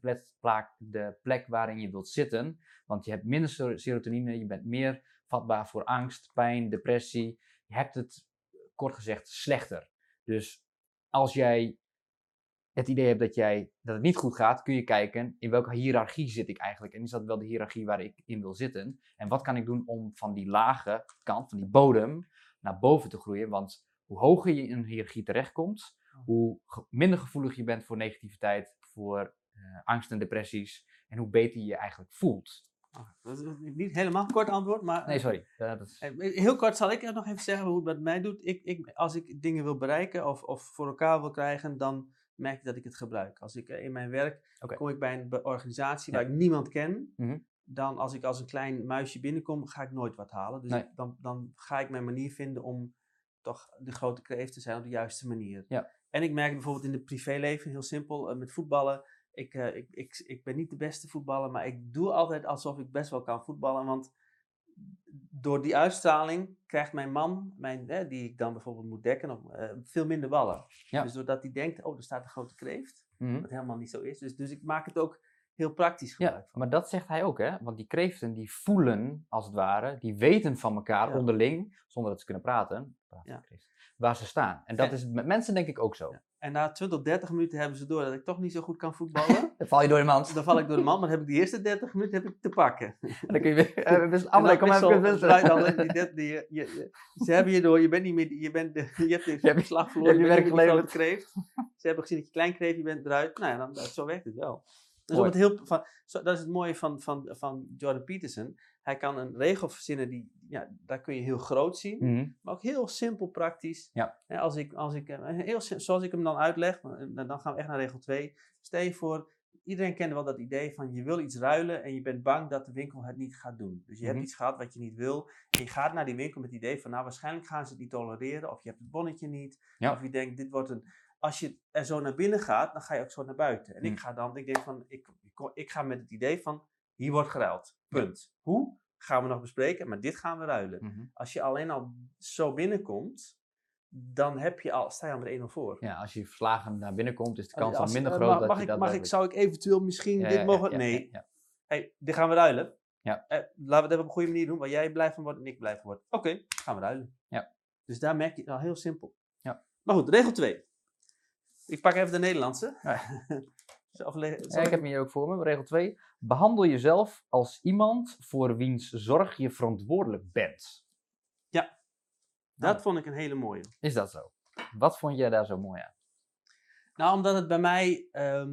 B: de plek waarin je wilt zitten. Want je hebt minder serotonine, je bent meer vatbaar voor angst, pijn, depressie. Je hebt het, kort gezegd, slechter. Dus als jij het idee hebt dat het niet goed gaat, kun je kijken in welke hiërarchie zit ik eigenlijk. En is dat wel de hiërarchie waar ik in wil zitten? En wat kan ik doen om van die lage kant, van die bodem, naar boven te groeien? Want hoe hoger je in een hiërarchie terechtkomt, hoe minder gevoelig je bent voor negativiteit, voor angst en depressies. En hoe beter je je eigenlijk voelt.
A: Dat is niet helemaal een kort antwoord, maar...
B: Nee, sorry.
A: Heel kort zal ik nog even zeggen hoe het met mij doet. Als ik dingen wil bereiken of voor elkaar wil krijgen, dan merk ik dat ik het gebruik. Als ik in mijn werk kom ik bij een organisatie waar ik niemand ken, dan als ik als een klein muisje binnenkom, ga ik nooit wat halen. Dus dan ga ik mijn manier vinden om toch de grote kreeft te zijn op de juiste manier.
B: Ja.
A: En ik merk bijvoorbeeld in het privéleven, heel simpel, met voetballen. Ik ben niet de beste voetballer, maar ik doe altijd alsof ik best wel kan voetballen. Want door die uitstraling krijgt mijn man, die ik dan bijvoorbeeld moet dekken, veel minder ballen.
B: Ja.
A: Dus doordat hij denkt, er staat een grote kreeft, wat helemaal niet zo is. Dus ik maak het ook heel praktisch gebruik van.
B: Maar dat zegt hij ook, hè? Want die kreeften, die voelen, als het ware, die weten van elkaar onderling, zonder dat ze kunnen praten waar ze staan. En dat is met mensen denk ik ook zo.
A: Ja. En na 20, 30 minuten hebben ze door dat ik toch niet zo goed kan voetballen.
B: Dan val je door de mand.
A: Dan val ik door de mand, maar dan heb ik die eerste 30 minuten te pakken.
B: En dan kun je weer...
A: Ze hebben je door, je bent niet meer... Je hebt de slag verloren,
B: je werk geleverd.
A: Kreeft. Ze hebben gezien dat je klein kreeft, je bent eruit. Nou ja, zo werkt het wel. Dus dat is het mooie van Jordan Peterson. Hij kan een regel verzinnen daar kun je heel groot zien, maar ook heel simpel praktisch.
B: Ja.
A: Zoals ik hem dan uitleg, dan gaan we echt naar regel 2. Stel je voor, iedereen kent wel dat idee van je wil iets ruilen en je bent bang dat de winkel het niet gaat doen. Dus je hebt iets gehad wat je niet wil en je gaat naar die winkel met het idee van waarschijnlijk gaan ze het niet tolereren of je hebt het bonnetje niet. Ja. Of je denkt dit wordt een... Als je er zo naar binnen gaat, dan ga je ook zo naar buiten. En ik ga met het idee van, hier wordt geruild. Punt. Ja. Hoe? Gaan we nog bespreken, maar dit gaan we ruilen. Als je alleen al zo binnenkomt, dan sta je al met 1-0 voor.
B: Ja, als je verslagen naar binnen komt, is de kans al minder groot
A: zou ik eventueel misschien dit mogen... Nee. Hey, dit gaan we ruilen.
B: Ja.
A: Laten we het op een goede manier doen, waar jij blij van wordt en ik blij van word. Oké, gaan we ruilen.
B: Ja.
A: Dus daar merk je het al heel simpel.
B: Ja.
A: Maar goed, regel 2. Ik pak even de Nederlandse.
B: Ja. Ik heb hem hier ook voor me. Regel 2. Behandel jezelf als iemand voor wiens zorg je verantwoordelijk bent.
A: Ja, dat vond ik een hele mooie.
B: Is dat zo? Wat vond jij daar zo mooi aan?
A: Nou, omdat het bij mij...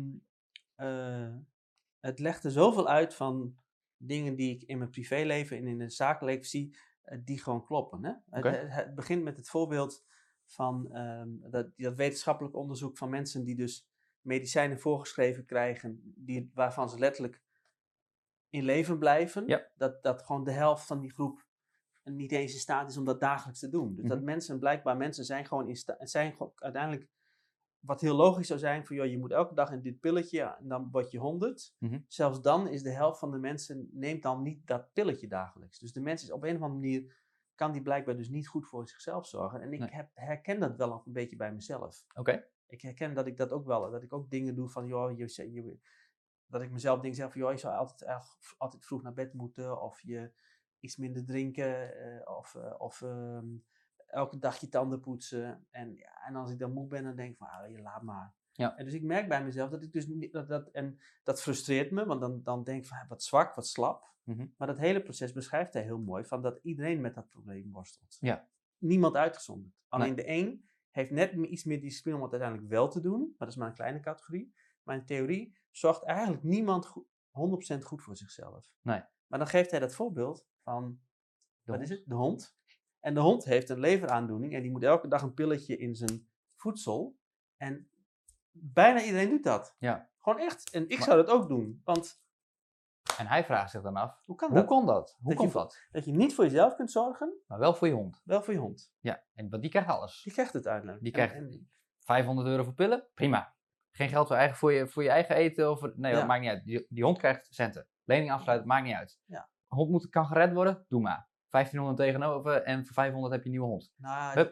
A: het legde zoveel uit van dingen die ik in mijn privéleven en in het zakenleven zie, die gewoon kloppen. Hè?
B: Okay.
A: Het begint met het voorbeeld van dat wetenschappelijk onderzoek van mensen die dus medicijnen voorgeschreven krijgen waarvan ze letterlijk in leven blijven.
B: Ja.
A: Dat gewoon de helft van die groep niet eens in staat is om dat dagelijks te doen. Dus dat mensen zijn gewoon uiteindelijk, wat heel logisch zou zijn, van joh, je moet elke dag in dit pilletje en dan word je 100. Zelfs dan is de helft van de mensen neemt dan niet dat pilletje dagelijks. Dus de mens is op een of andere manier, kan die blijkbaar dus niet goed voor zichzelf zorgen. En ik herken dat wel een beetje bij mezelf.
B: Oké.
A: Ik herken dat ik dat ook wel, dat ik ook dingen doe van joh, dat ik mezelf dingen zeg van joh, je zou altijd vroeg naar bed moeten, of je iets minder drinken, of elke dag je tanden poetsen. En als ik dan moe ben, dan denk ik van, je laat maar.
B: Ja.
A: En dus ik merk bij mezelf dat ik dus niet, en dat frustreert me, want dan denk ik van, wat zwak, wat slap. Maar dat hele proces beschrijft hij heel mooi, van dat iedereen met dat probleem worstelt.
B: Ja.
A: Niemand uitgezonderd. Alleen de een heeft net iets meer discipline om het uiteindelijk wel te doen, maar dat is maar een kleine categorie. Maar in theorie zorgt eigenlijk niemand 100% goed voor zichzelf.
B: Nee.
A: Maar dan geeft hij dat voorbeeld van, de hond. En de hond heeft een leveraandoening en die moet elke dag een pilletje in zijn voedsel. En bijna iedereen doet dat.
B: Ja.
A: Gewoon echt. En ik zou dat ook doen. Want
B: en hij vraagt zich dan af,
A: hoe kan
B: dat? Hoe komt dat?
A: Dat je niet voor jezelf kunt zorgen,
B: maar wel voor je hond.
A: Wel voor je hond.
B: Ja, want die krijgt alles.
A: Die krijgt het uiteindelijk.
B: Die krijgt €500 voor pillen, prima. Geen geld voor je eigen eten. Dat maakt niet uit. Die hond krijgt centen. Lening afsluiten, maakt niet uit.
A: Ja.
B: Een hond kan gered worden, doe maar. 1500 tegenover en voor 500 heb je een nieuwe hond.
A: Nou,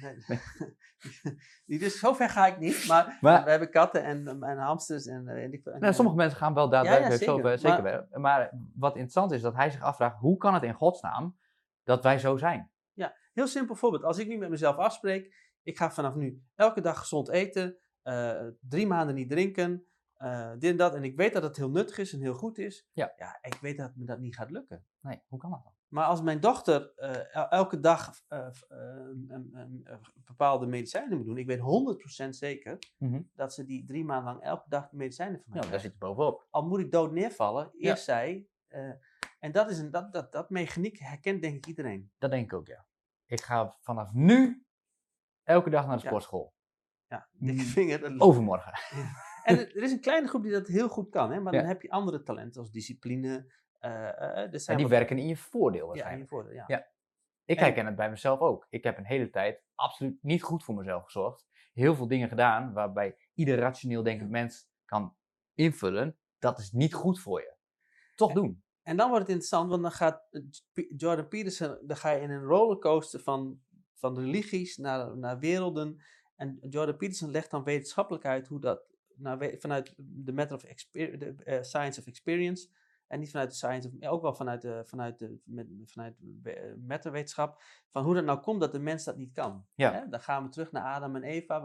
A: dus zover ga ik niet. Maar we hebben katten en hamsters.
B: Sommige mensen gaan wel daadwerkelijk zo zeker wel. Maar wat interessant is, dat hij zich afvraagt, hoe kan het in godsnaam dat wij zo zijn?
A: Ja, heel simpel voorbeeld. Als ik nu met mezelf afspreek, ik ga vanaf nu elke dag gezond eten, 3 maanden niet drinken, dit en dat. En ik weet dat het heel nuttig is en heel goed is. Ja, ik weet dat me dat niet gaat lukken.
B: Nee, hoe kan dat dan?
A: Maar als mijn dochter elke dag bepaalde medicijnen moet doen, ik weet 100% zeker dat ze die 3 maanden lang elke dag medicijnen van mij krijgt.
B: Daar zit je bovenop.
A: Al moet ik dood neervallen, eerst zij. En dat mechaniek herkent denk ik iedereen.
B: Dat denk ik ook, ja. Ik ga vanaf nu elke dag naar de sportschool.
A: Ja, dikke vinger.
B: Overmorgen.
A: En er is een kleine groep die dat heel goed kan, hè? Maar dan heb je andere talenten als discipline.
B: En die werken in je voordeel waarschijnlijk.
A: Ja, in je voordeel,
B: ja. Ik herken het bij mezelf ook. Ik heb een hele tijd absoluut niet goed voor mezelf gezorgd. Heel veel dingen gedaan waarbij ieder rationeel denkend mens kan invullen. Dat is niet goed voor je. Toch doen.
A: En dan wordt het interessant, want dan gaat Jordan Peterson, dan ga je in een rollercoaster van religies naar werelden. En Jordan Peterson legt dan wetenschappelijk uit hoe dat, vanuit de science of experience, en niet vanuit de science, ook wel vanuit de metawetenschap, van hoe dat nou komt dat de mens dat niet kan.
B: Ja.
A: Hè? Dan gaan we terug naar Adam en Eva,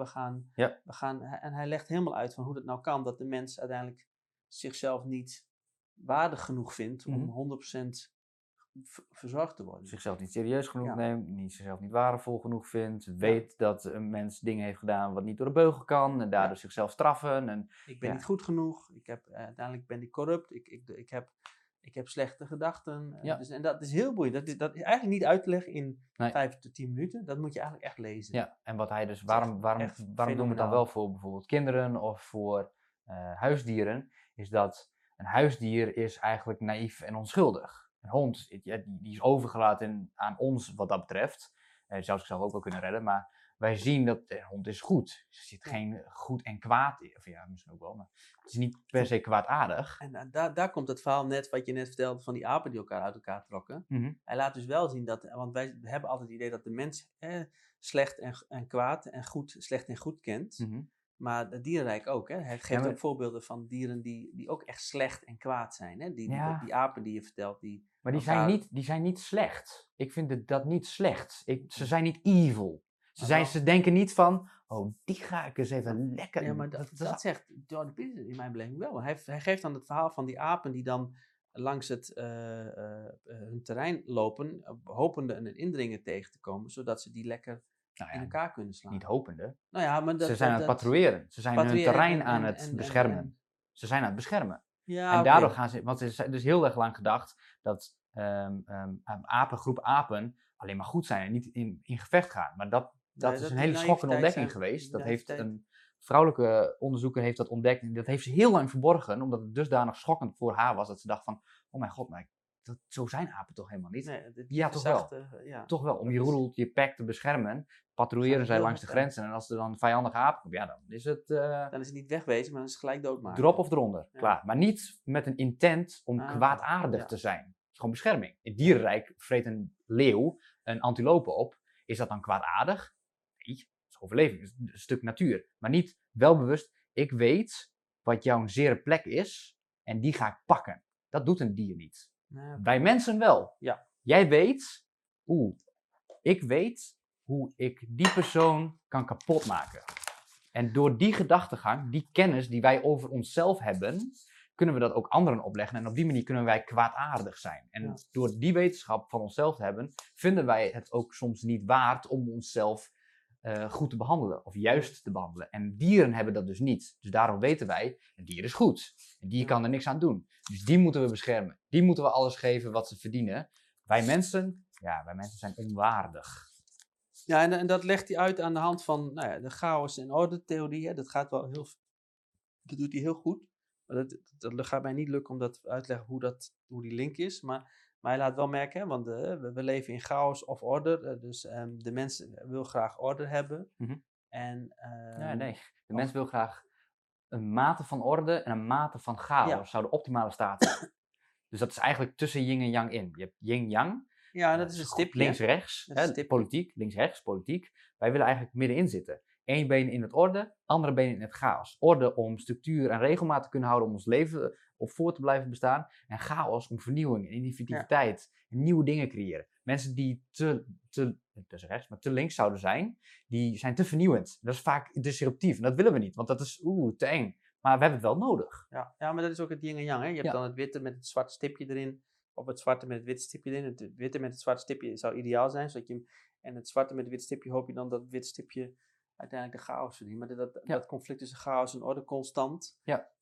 A: en hij legt helemaal uit van hoe dat nou kan dat de mens uiteindelijk zichzelf niet waardig genoeg vindt om 100% verzorgd te worden.
B: Zichzelf niet serieus genoeg neemt, zichzelf niet waardevol genoeg vindt, weet dat een mens dingen heeft gedaan wat niet door de beugel kan en daardoor zichzelf straffen.
A: Ik ben niet goed genoeg, uiteindelijk ben ik corrupt, ik heb slechte gedachten. Dus, en dat is heel boeiend. Dat is eigenlijk niet uit te leggen in 5 tot 10 minuten, dat moet je eigenlijk echt lezen.
B: Ja, en wat hij dus, waarom doen we het dan wel voor bijvoorbeeld kinderen of voor huisdieren, is dat een huisdier is eigenlijk naïef en onschuldig. Een hond, die is overgelaten aan ons wat dat betreft. Zou zichzelf ook wel kunnen redden, maar wij zien dat een hond is goed. Er zit geen goed en kwaad in. Of ja, misschien ook wel, maar het is niet per se kwaadaardig.
A: En daar komt het verhaal net, wat je net vertelde, van die apen die elkaar uit elkaar trokken. Hij laat dus wel zien dat, want wij hebben altijd het idee dat de mens slecht en kwaad en goed, slecht en goed kent. Maar het dierenrijk ook. Hè? Hij geeft ook voorbeelden van dieren die ook echt slecht en kwaad zijn. Hè? Die apen die je vertelt.
B: Maar die zijn niet slecht. Ik vind dat niet slecht. Ze zijn niet evil. Ze denken niet van, oh, die ga ik eens even lekker...
A: Ja, maar dat zegt Jordan Peterson in mijn beleving wel. Hij geeft dan het verhaal van die apen die dan langs hun terrein lopen, hopende een indringer tegen te komen, zodat ze die lekker in elkaar kunnen slaan.
B: Niet hopende.
A: Nou ja, maar
B: ze zijn aan het patrouilleren. Ze zijn hun terrein aan het beschermen. Ze zijn aan het beschermen. Ja, en daardoor gaan ze... Want er is dus heel erg lang gedacht dat groep apen alleen maar goed zijn en niet in gevecht gaan. Maar dat is een hele schokkende ontdekking geweest. Dat heeft vrouwelijke onderzoeker heeft dat ontdekt. En dat heeft ze heel lang verborgen, omdat het dusdanig schokkend voor haar was. Dat ze dacht van, oh mijn god, maar zo zijn apen toch helemaal niet?
A: Nee,
B: Ja, toch wel.
A: Ja.
B: Toch wel. Om
A: Dat
B: je
A: is-
B: roedel, je pack te beschermen, patrouilleren
A: Gaan ze
B: zij
A: heel
B: langs de
A: hard aan.
B: grenzen. En als er dan vijandige apen komt, ja, dan is het
A: Dan is het niet wegwezen, maar dan is het gelijk doodmaken.
B: drop of eronder.
A: Ja.
B: Klaar. Maar niet met een intent om
A: Ah,
B: kwaadaardig
A: ja.
B: te zijn. Het is gewoon bescherming. In het dierenrijk vreet een leeuw een antilope op. Is dat dan kwaadaardig? Nee, het is overleving. Het is een stuk natuur. Maar niet welbewust, ik weet wat jouw zere plek is en die ga ik pakken. Dat doet een dier niet.
A: Ja,
B: Wij mensen wel.
A: Ja.
B: Jij weet, ik weet hoe ik die persoon kan kapotmaken. En door die gedachtegang, die kennis die wij over onszelf hebben, kunnen we dat ook anderen opleggen. En op die manier kunnen wij kwaadaardig zijn. En
A: Ja.
B: door die wetenschap van onszelf te hebben, vinden wij het ook soms niet waard om onszelf goed te behandelen. Of juist te behandelen. En dieren hebben dat dus niet. Dus daarom weten wij, een dier is goed. Een dier kan er niks aan doen. Dus die moeten we beschermen. Die moeten we alles geven wat ze verdienen. Wij mensen zijn onwaardig.
A: Ja, en dat legt hij uit aan de hand van de chaos- en orde-theorie. Hè. Dat doet hij heel goed. Maar dat gaat mij niet lukken om dat uit te leggen hoe die link is. Maar hij laat wel merken, hè, want we leven in chaos of orde. Dus de mens wil graag orde hebben.
B: Mhm.
A: En,
B: Nee. De mens wil graag een mate van orde en een mate van chaos.
A: Ja.
B: Zou de optimale staat zijn. Dus dat is eigenlijk tussen yin en yang in. Je hebt yin-yang.
A: Ja, dat is een stipje.
B: Links-rechts,
A: Dat is een stipje.
B: politiek, links-rechts, politiek. Wij willen eigenlijk middenin zitten. Eén been in het orde, andere been in het chaos. Orde om structuur en regelmaat te kunnen houden om ons leven op voor te blijven bestaan. En chaos om vernieuwing en innovativiteit en nieuwe dingen creëren. Mensen die tussen rechts, maar te links zouden zijn, die zijn te vernieuwend. Dat is vaak disruptief en dat willen we niet, want dat is te eng. Maar we hebben het wel nodig.
A: Ja, maar dat is ook het yin en yang. Hè? Je hebt dan het witte met het zwarte stipje erin. Of het zwarte met het witte stipje erin. Het witte met het zwarte stipje zou ideaal zijn. En het zwarte met het witte stipje hoop je dan dat het witte stipje uiteindelijk de chaos verdient. Maar dat conflict tussen chaos en orde constant.
B: Ja.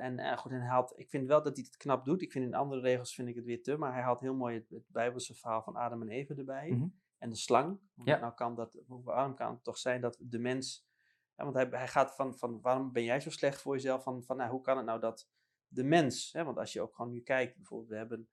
A: Ik vind wel dat hij het knap doet. Ik vind in andere regels vind ik het weer te. Maar hij haalt heel mooi het Bijbelse verhaal van Adam en Eva erbij.
B: Mm-hmm.
A: En de slang.
B: Ja.
A: Waarom kan het toch zijn dat de mens... Ja, want hij gaat van waarom ben jij zo slecht voor jezelf? Hoe kan het nou dat de mens... want als je ook gewoon nu kijkt, bijvoorbeeld we hebben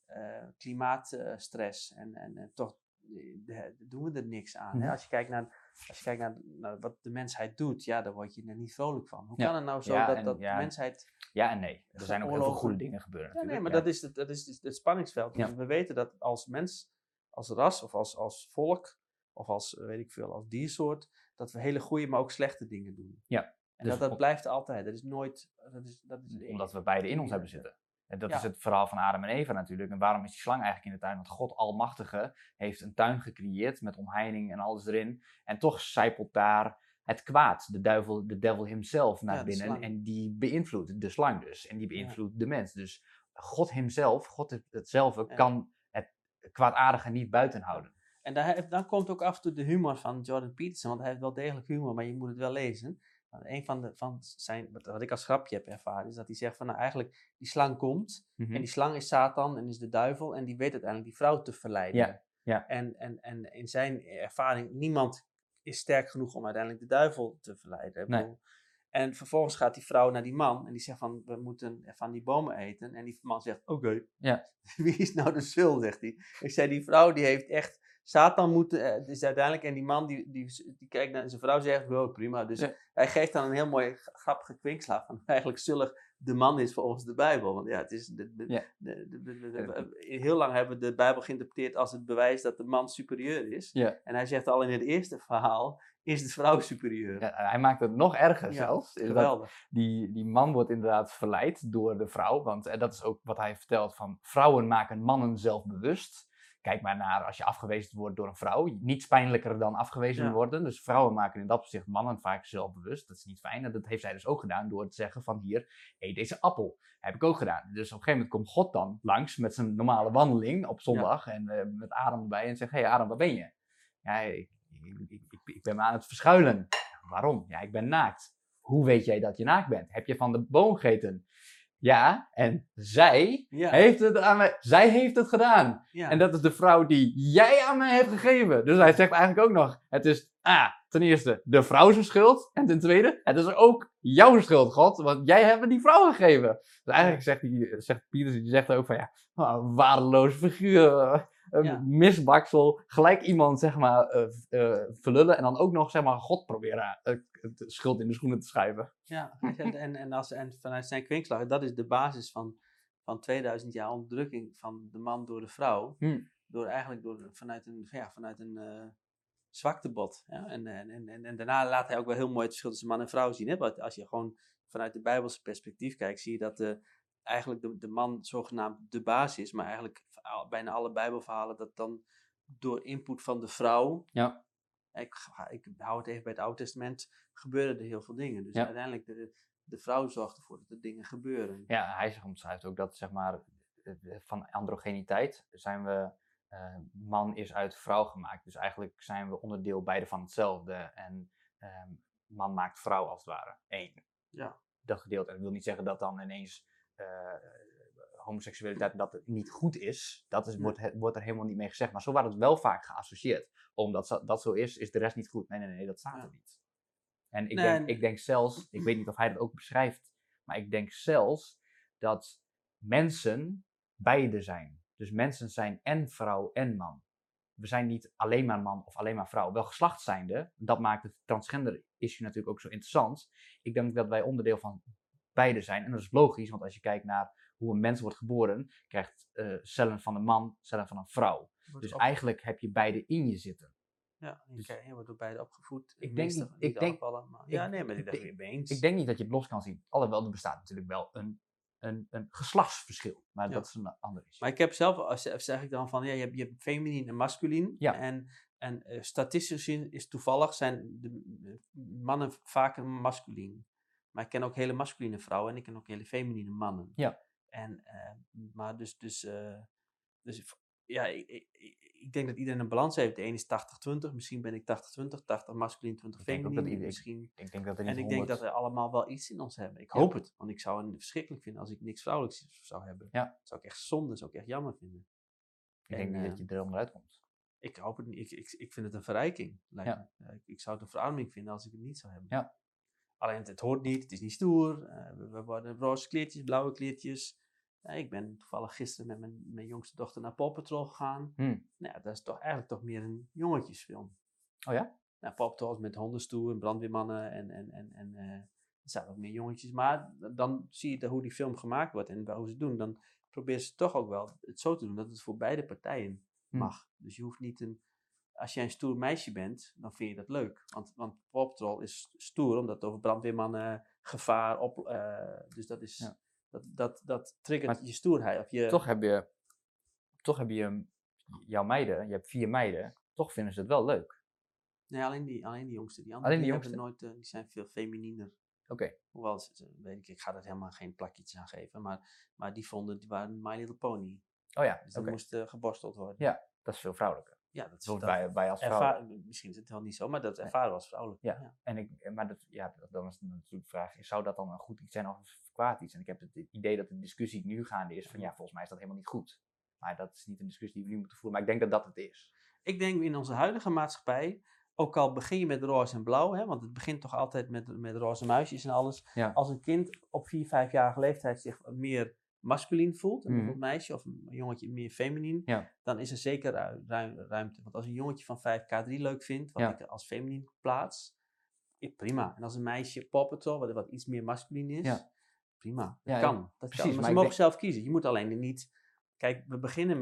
A: klimaatstress en toch doen we er niks aan.
B: Mm-hmm.
A: Als je kijkt naar wat de mensheid doet, ja, daar word je er niet vrolijk van. Hoe
B: Ja.
A: kan het nou zo dat de mensheid...
B: Ja en nee. Er zijn ook heel veel goede dingen gebeuren natuurlijk.
A: Ja, nee, maar dat is het spanningsveld.
B: Ja.
A: We weten dat als mens, als ras of als volk of als, weet ik veel, als diersoort, dat we hele goede, maar ook slechte dingen doen.
B: Ja.
A: En
B: Dus
A: dat blijft altijd. Dat is nooit...
B: Omdat we beide in ons hebben zitten. En dat
A: Ja.
B: is het verhaal van Adam en Eva natuurlijk. En waarom is die slang eigenlijk in de tuin? Want God Almachtige heeft een tuin gecreëerd met omheining en alles erin. En toch zijpelt daar het kwaad, de devil himself naar binnen.
A: slang.
B: En die beïnvloedt de slang dus. En die beïnvloedt de mens. Dus God himself, God hetzelfde, kan het kwaadaardige niet buiten houden.
A: En dan komt ook af en toe de humor van Jordan Peterson, want hij heeft wel degelijk humor, maar je moet het wel lezen. Een van zijn, wat ik als grapje heb ervaren, is dat hij zegt van eigenlijk, die slang komt, en die slang is Satan en is de duivel, en die weet uiteindelijk die vrouw te verleiden.
B: Ja.
A: En in zijn ervaring, niemand is sterk genoeg om uiteindelijk de duivel te verleiden.
B: Nee.
A: En vervolgens gaat die vrouw naar die man en die zegt van, we moeten van die bomen eten. En die man zegt, oké.
B: Ja.
A: Wie is nou de sul, zegt hij. Ik zei, die vrouw die heeft echt Satan moeten, dus uiteindelijk, en die man die kijkt naar zijn vrouw zegt, oh, prima. Dus hij geeft dan een heel mooi grappige kwinkslag van eigenlijk zullig de man is volgens de Bijbel. Want ja, het is heel lang hebben we de Bijbel geïnterpreteerd als het bewijs dat de man superieur is.
B: Ja.
A: En hij zegt al in het eerste verhaal, is de vrouw superieur.
B: Ja, hij maakt het nog erger zelfs.
A: Geweldig.
B: Die man wordt inderdaad verleid door de vrouw. Want dat is ook wat hij vertelt van vrouwen maken mannen zelfbewust. Kijk maar naar als je afgewezen wordt door een vrouw. Niets pijnlijker dan afgewezen worden. Dus vrouwen maken in dat opzicht mannen vaak zelfbewust. Dat is niet fijn. En dat heeft zij dus ook gedaan door te zeggen van hier, eet deze appel. Heb ik ook gedaan. Dus op een gegeven moment komt God dan langs met zijn normale wandeling op zondag. En met Adam erbij en zegt, hey Adam, waar ben je? Ja, ik ben me aan het verschuilen. Waarom? Ja, ik ben naakt. Hoe weet jij dat je naakt bent? Heb je van de boom gegeten? Ja, en zij
A: Ja.
B: heeft het aan mij... Zij heeft het gedaan.
A: Ja.
B: En dat is de vrouw die jij aan mij hebt gegeven. Dus hij zegt eigenlijk ook nog... Het is ten eerste de vrouw zijn schuld. En ten tweede, het is ook jouw schuld, God. Want jij hebt me die vrouw gegeven. Dus eigenlijk zegt Pieters, die zegt ook van... Ja, een waardeloze figuur. Een misbaksel. Gelijk iemand, zeg maar, verlullen. En dan ook nog, zeg maar, God proberen de schuld in de schoenen te schuiven.
A: Ja, en vanuit zijn kwinkslag, dat is de basis van 2000 jaar onderdrukking van de man door de vrouw. Vanuit een zwaktebod. Ja? En daarna laat hij ook wel heel mooi het verschil tussen man en vrouw zien. Hè? Want als je gewoon vanuit de Bijbelse perspectief kijkt, zie je dat eigenlijk de man zogenaamd de baas is. Maar eigenlijk bijna alle Bijbelverhalen dat dan door input van de vrouw...
B: Ja.
A: Ik hou het even bij het Oude Testament, gebeuren er heel veel dingen. Dus
B: Ja.
A: uiteindelijk de vrouw zorgt ervoor dat er dingen gebeuren.
B: Ja, hij omschrijft ook dat, zeg maar, van androgeniteit zijn we, man is uit vrouw gemaakt. Dus eigenlijk zijn we onderdeel beide van hetzelfde. En man maakt vrouw als het ware één.
A: Ja.
B: Dat gedeelte. En dat wil niet zeggen dat dan ineens homoseksualiteit dat het niet goed is. Dat is, wordt er helemaal niet mee gezegd. Maar zo wordt het wel vaak geassocieerd. Omdat dat zo is de rest niet goed. Nee, dat staat er niet. En ik denk zelfs, ik weet niet of hij dat ook beschrijft, maar ik denk zelfs dat mensen beide zijn. Dus mensen zijn en vrouw en man. We zijn niet alleen maar man of alleen maar vrouw. Wel geslacht zijnde, dat maakt het transgender issue natuurlijk ook zo interessant. Ik denk dat wij onderdeel van beide zijn. En dat is logisch, want als je kijkt naar hoe een mens wordt geboren, krijgt cellen van een man, cellen van een vrouw. Dus eigenlijk heb je beide in je zitten.
A: Ja, je wordt door beide opgevoed.
B: Ik denk niet dat je het los kan zien. Alhoewel, er bestaat natuurlijk wel een geslachtsverschil. Maar dat is een ander issue.
A: Maar ik heb zelf, zeg ik dan van, je hebt feminien en masculien.
B: Ja.
A: En statistisch gezien is toevallig zijn de mannen vaker masculien. Maar ik ken ook hele masculine vrouwen en ik ken ook hele feminine mannen.
B: Ja.
A: Ik denk dat iedereen een balans heeft. De ene is 80-20, misschien ben ik 80-20, 80 masculin, 20 feminin.
B: Ik denk dat er niet
A: en ik denk dat we allemaal wel iets in ons hebben. Ik hoop het, want ik zou het verschrikkelijk vinden als ik niks vrouwelijks zou hebben.
B: Ja.
A: Dat zou ik echt zonde, zou ik echt jammer vinden.
B: Ik denk niet dat je er onderuit komt.
A: Ik hoop het niet. Ik vind het een verrijking. Ik zou het een verademing vinden als ik het niet zou hebben.
B: Ja.
A: Alleen het hoort niet, het is niet stoer. We worden roze kleertjes, blauwe kleertjes. Ik ben toevallig gisteren met mijn jongste dochter naar Paw Patrol gegaan. Nou, dat is eigenlijk toch meer een jongetjesfilm.
B: Oh ja?
A: Nou, Paw Patrol is met hondenstoer en brandweermannen en er zijn ook meer jongetjes. Maar dan zie je hoe die film gemaakt wordt en hoe ze het doen. Dan proberen ze toch ook wel het zo te doen dat het voor beide partijen mag. Dus je hoeft niet als jij een stoer meisje bent, dan vind je dat leuk. Want Paw Patrol is stoer, omdat het over brandweermannen, gevaar, dus dat is... Ja. Dat triggert je stoerheid. Of
B: Toch heb je jouw meiden, je hebt 4 meiden, toch vinden ze het wel leuk.
A: Nee, alleen die jongste. Die andere die zijn veel femininer.
B: Oké.
A: Hoewel, weet ik ga er helemaal geen plakjes aan geven, maar die waren My Little Pony.
B: Oh ja,
A: dus dat moest geborsteld worden.
B: Ja, dat is veel vrouwelijker.
A: Ja, dat
B: is wij als vrouw.
A: Misschien is het wel niet zo, maar dat ervaren we als vrouwelijk.
B: Ja. Dan is natuurlijk de vraag, zou dat dan een goed iets zijn of een kwaad iets? En ik heb het idee dat de discussie nu gaande is van volgens mij is dat helemaal niet goed. Maar dat is niet een discussie die we nu moeten voeren, maar ik denk dat het is.
A: Ik denk in onze huidige maatschappij, ook al begin je met roze en blauw, want het begint toch altijd met roze muisjes en alles.
B: Ja.
A: Als een kind op 4-5-jarige leeftijd zich meer masculien voelt, een meisje of een jongetje meer feminien, dan is er zeker ruimte. Want als een jongetje van 5K3 leuk vindt, wat ik als feminien plaats, prima. En als een meisje Paw Patrol, wat iets meer masculien is, prima. Dat kan.
B: Precies,
A: maar ze mogen zelf kiezen. Je moet alleen niet... Kijk, we beginnen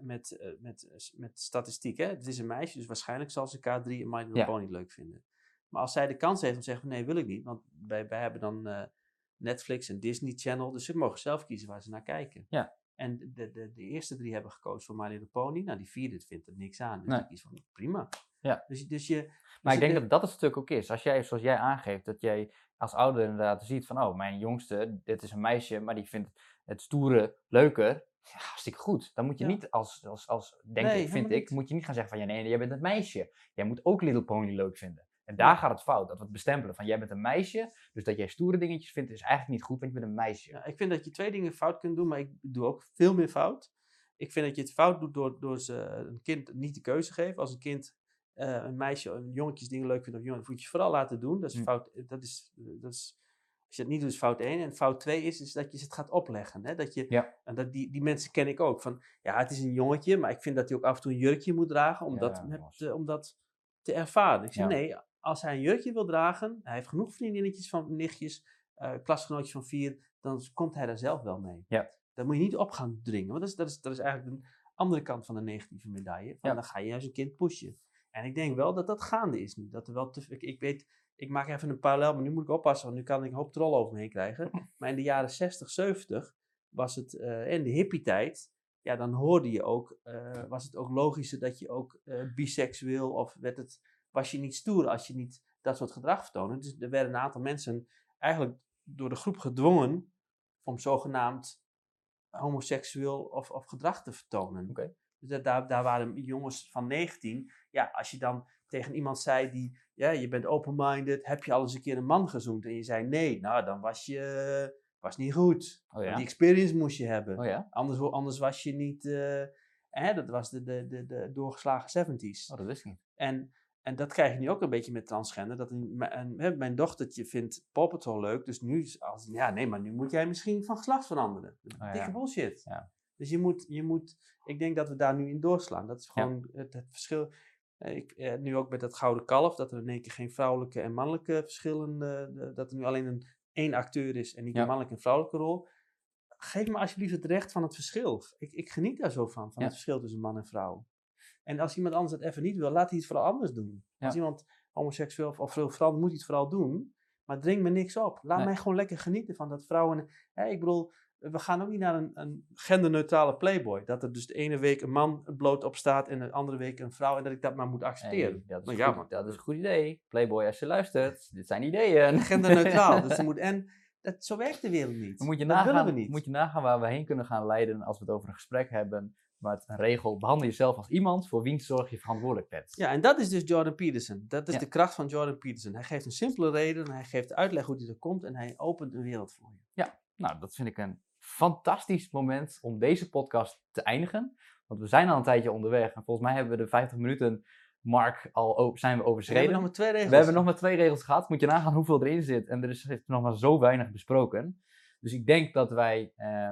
A: met statistiek. Hè? Het is een meisje, dus waarschijnlijk zal ze K3 en My Little Pony leuk vinden. Maar als zij de kans heeft om te zeggen, nee, wil ik niet. Want wij hebben dan Netflix en Disney Channel. Dus ze mogen zelf kiezen waar ze naar kijken.
B: Ja.
A: En de eerste 3 hebben gekozen voor My Little Pony. Nou, die 4e vindt er niks aan. Dus die kiest van, prima.
B: Ja. Maar ik denk dat het stuk ook is. Als jij, zoals jij aangeeft, dat jij als ouder inderdaad ziet van, mijn jongste, dit is een meisje, maar die vindt het stoere leuker. Ja, hartstikke goed. Dan moet je niet moet je niet gaan zeggen van, nee, jij bent het meisje. Jij moet ook Little Pony leuk vinden. En daar gaat het fout. Dat we het bestempelen van jij bent een meisje, dus dat jij stoere dingetjes vindt is eigenlijk niet goed, want je bent een meisje.
A: Ja, ik vind dat je 2 dingen fout kunt doen, maar ik doe ook veel meer fout. Ik vind dat je het fout doet door ze een kind niet de keuze geven. Als een kind, een meisje, een jongetje dingen leuk vindt of jongen, moet je vooral laten doen. Dat is fout. Als je het niet doet, is fout 1. En fout 2 is dat je het gaat opleggen. Hè? En die mensen ken ik ook. Van, ja, het is een jongetje, maar ik vind dat hij ook af en toe een jurkje moet dragen om dat te ervaren. Ik zeg, nee, als hij een jurkje wil dragen, hij heeft genoeg vriendinnetjes van nichtjes, klasgenootjes van 4, dan komt hij daar zelf wel mee.
B: Ja.
A: Daar moet je niet op gaan dringen, want dat is eigenlijk de andere kant van de negatieve medaille. Dan ga je juist een kind pushen. En ik denk wel dat dat gaande is nu. Dat er wel ik maak even een parallel, maar nu moet ik oppassen, want nu kan ik een hoop trollen over me heen krijgen. Maar in de jaren 60, 70 was het, in de hippie-tijd, ja, dan hoorde je ook, was het ook logischer dat je ook biseksueel, of was je niet stoer als je niet dat soort gedrag vertoonde. Dus er werden een aantal mensen eigenlijk door de groep gedwongen om zogenaamd homoseksueel of gedrag te vertonen.
B: Okay.
A: Dus daar waren jongens van 19. Ja, als je dan tegen iemand zei die, ja, je bent open-minded, heb je al eens een keer een man gezoend? En je zei nee, nou dan was niet goed.
B: Oh, ja?
A: Die experience moest je hebben.
B: Oh, ja?
A: Anders was je niet, dat was de doorgeslagen 70's.
B: Oh, dat wist ik niet.
A: En dat krijg je nu ook een beetje met transgender. Dat mijn dochtertje vindt Paw Patrol leuk. Dus nu, maar nu moet jij misschien van geslacht veranderen. Dikke bullshit. Ja. Dus je moet, ik denk dat we daar nu in doorslaan. Dat is gewoon het verschil. Nu ook met dat Gouden Kalf, dat er in één keer geen vrouwelijke en mannelijke verschillen, dat er nu alleen één acteur is en niet een mannelijke en vrouwelijke rol. Geef me alsjeblieft het recht van het verschil. Ik geniet daar zo van het verschil tussen man en vrouw. En als iemand anders het even niet wil, laat hij het vooral anders doen. Ja. Als iemand homoseksueel of vrouw moet hij het vooral doen, maar dring me niks op. Laat mij gewoon lekker genieten van dat vrouwen. Ik bedoel, we gaan ook niet naar een genderneutrale Playboy. Dat er dus de ene week een man bloot op staat en de andere week een vrouw en dat ik dat maar moet accepteren.
B: Hey, dat is een goed idee. Playboy, als je luistert, dit zijn ideeën.
A: Genderneutraal. Dus zo werkt de wereld niet.
B: Moet je nagaan waar we heen kunnen gaan leiden als we het over een gesprek hebben. Met een regel, behandel jezelf als iemand voor wiens zorg je verantwoordelijk bent.
A: Ja, en dat is dus Jordan Peterson. Dat is de kracht van Jordan Peterson. Hij geeft een simpele reden, hij geeft uitleg hoe hij er komt en hij opent een wereld voor je.
B: Ja, nou dat vind ik een fantastisch moment om deze podcast te eindigen. Want we zijn al een tijdje onderweg en volgens mij hebben we de 50 minuten mark zijn we overschreden.
A: We hebben nog maar 2 regels.
B: We hebben nog maar 2 regels gehad. Moet je nagaan hoeveel erin zit. En er is nog maar zo weinig besproken. Dus ik denk dat wij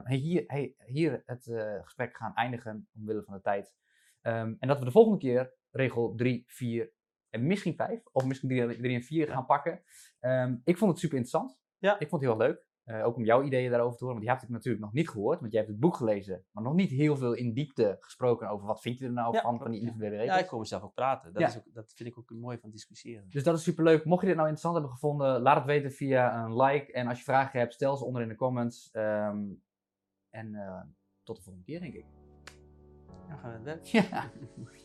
B: hier het gesprek gaan eindigen omwille van de tijd. En dat we de volgende keer regel 3, 4 en misschien 5 of misschien 3 en 4 gaan pakken. Ik vond het super interessant. Ja. Ik vond het heel erg leuk. Ook om jouw ideeën daarover te horen. Want die heb ik natuurlijk nog niet gehoord. Want jij hebt het boek gelezen. Maar nog niet heel veel in diepte gesproken over wat vind je er nou van die individuele regels.
A: Ja, ik kon mezelf ook praten. Dat vind ik ook mooi van discussiëren.
B: Dus dat is super leuk. Mocht je dit nou interessant hebben gevonden, laat het weten via een like. En als je vragen hebt, stel ze onder in de comments. En tot de volgende keer, denk ik.
A: Ja, gaan we het werk.
B: Ja.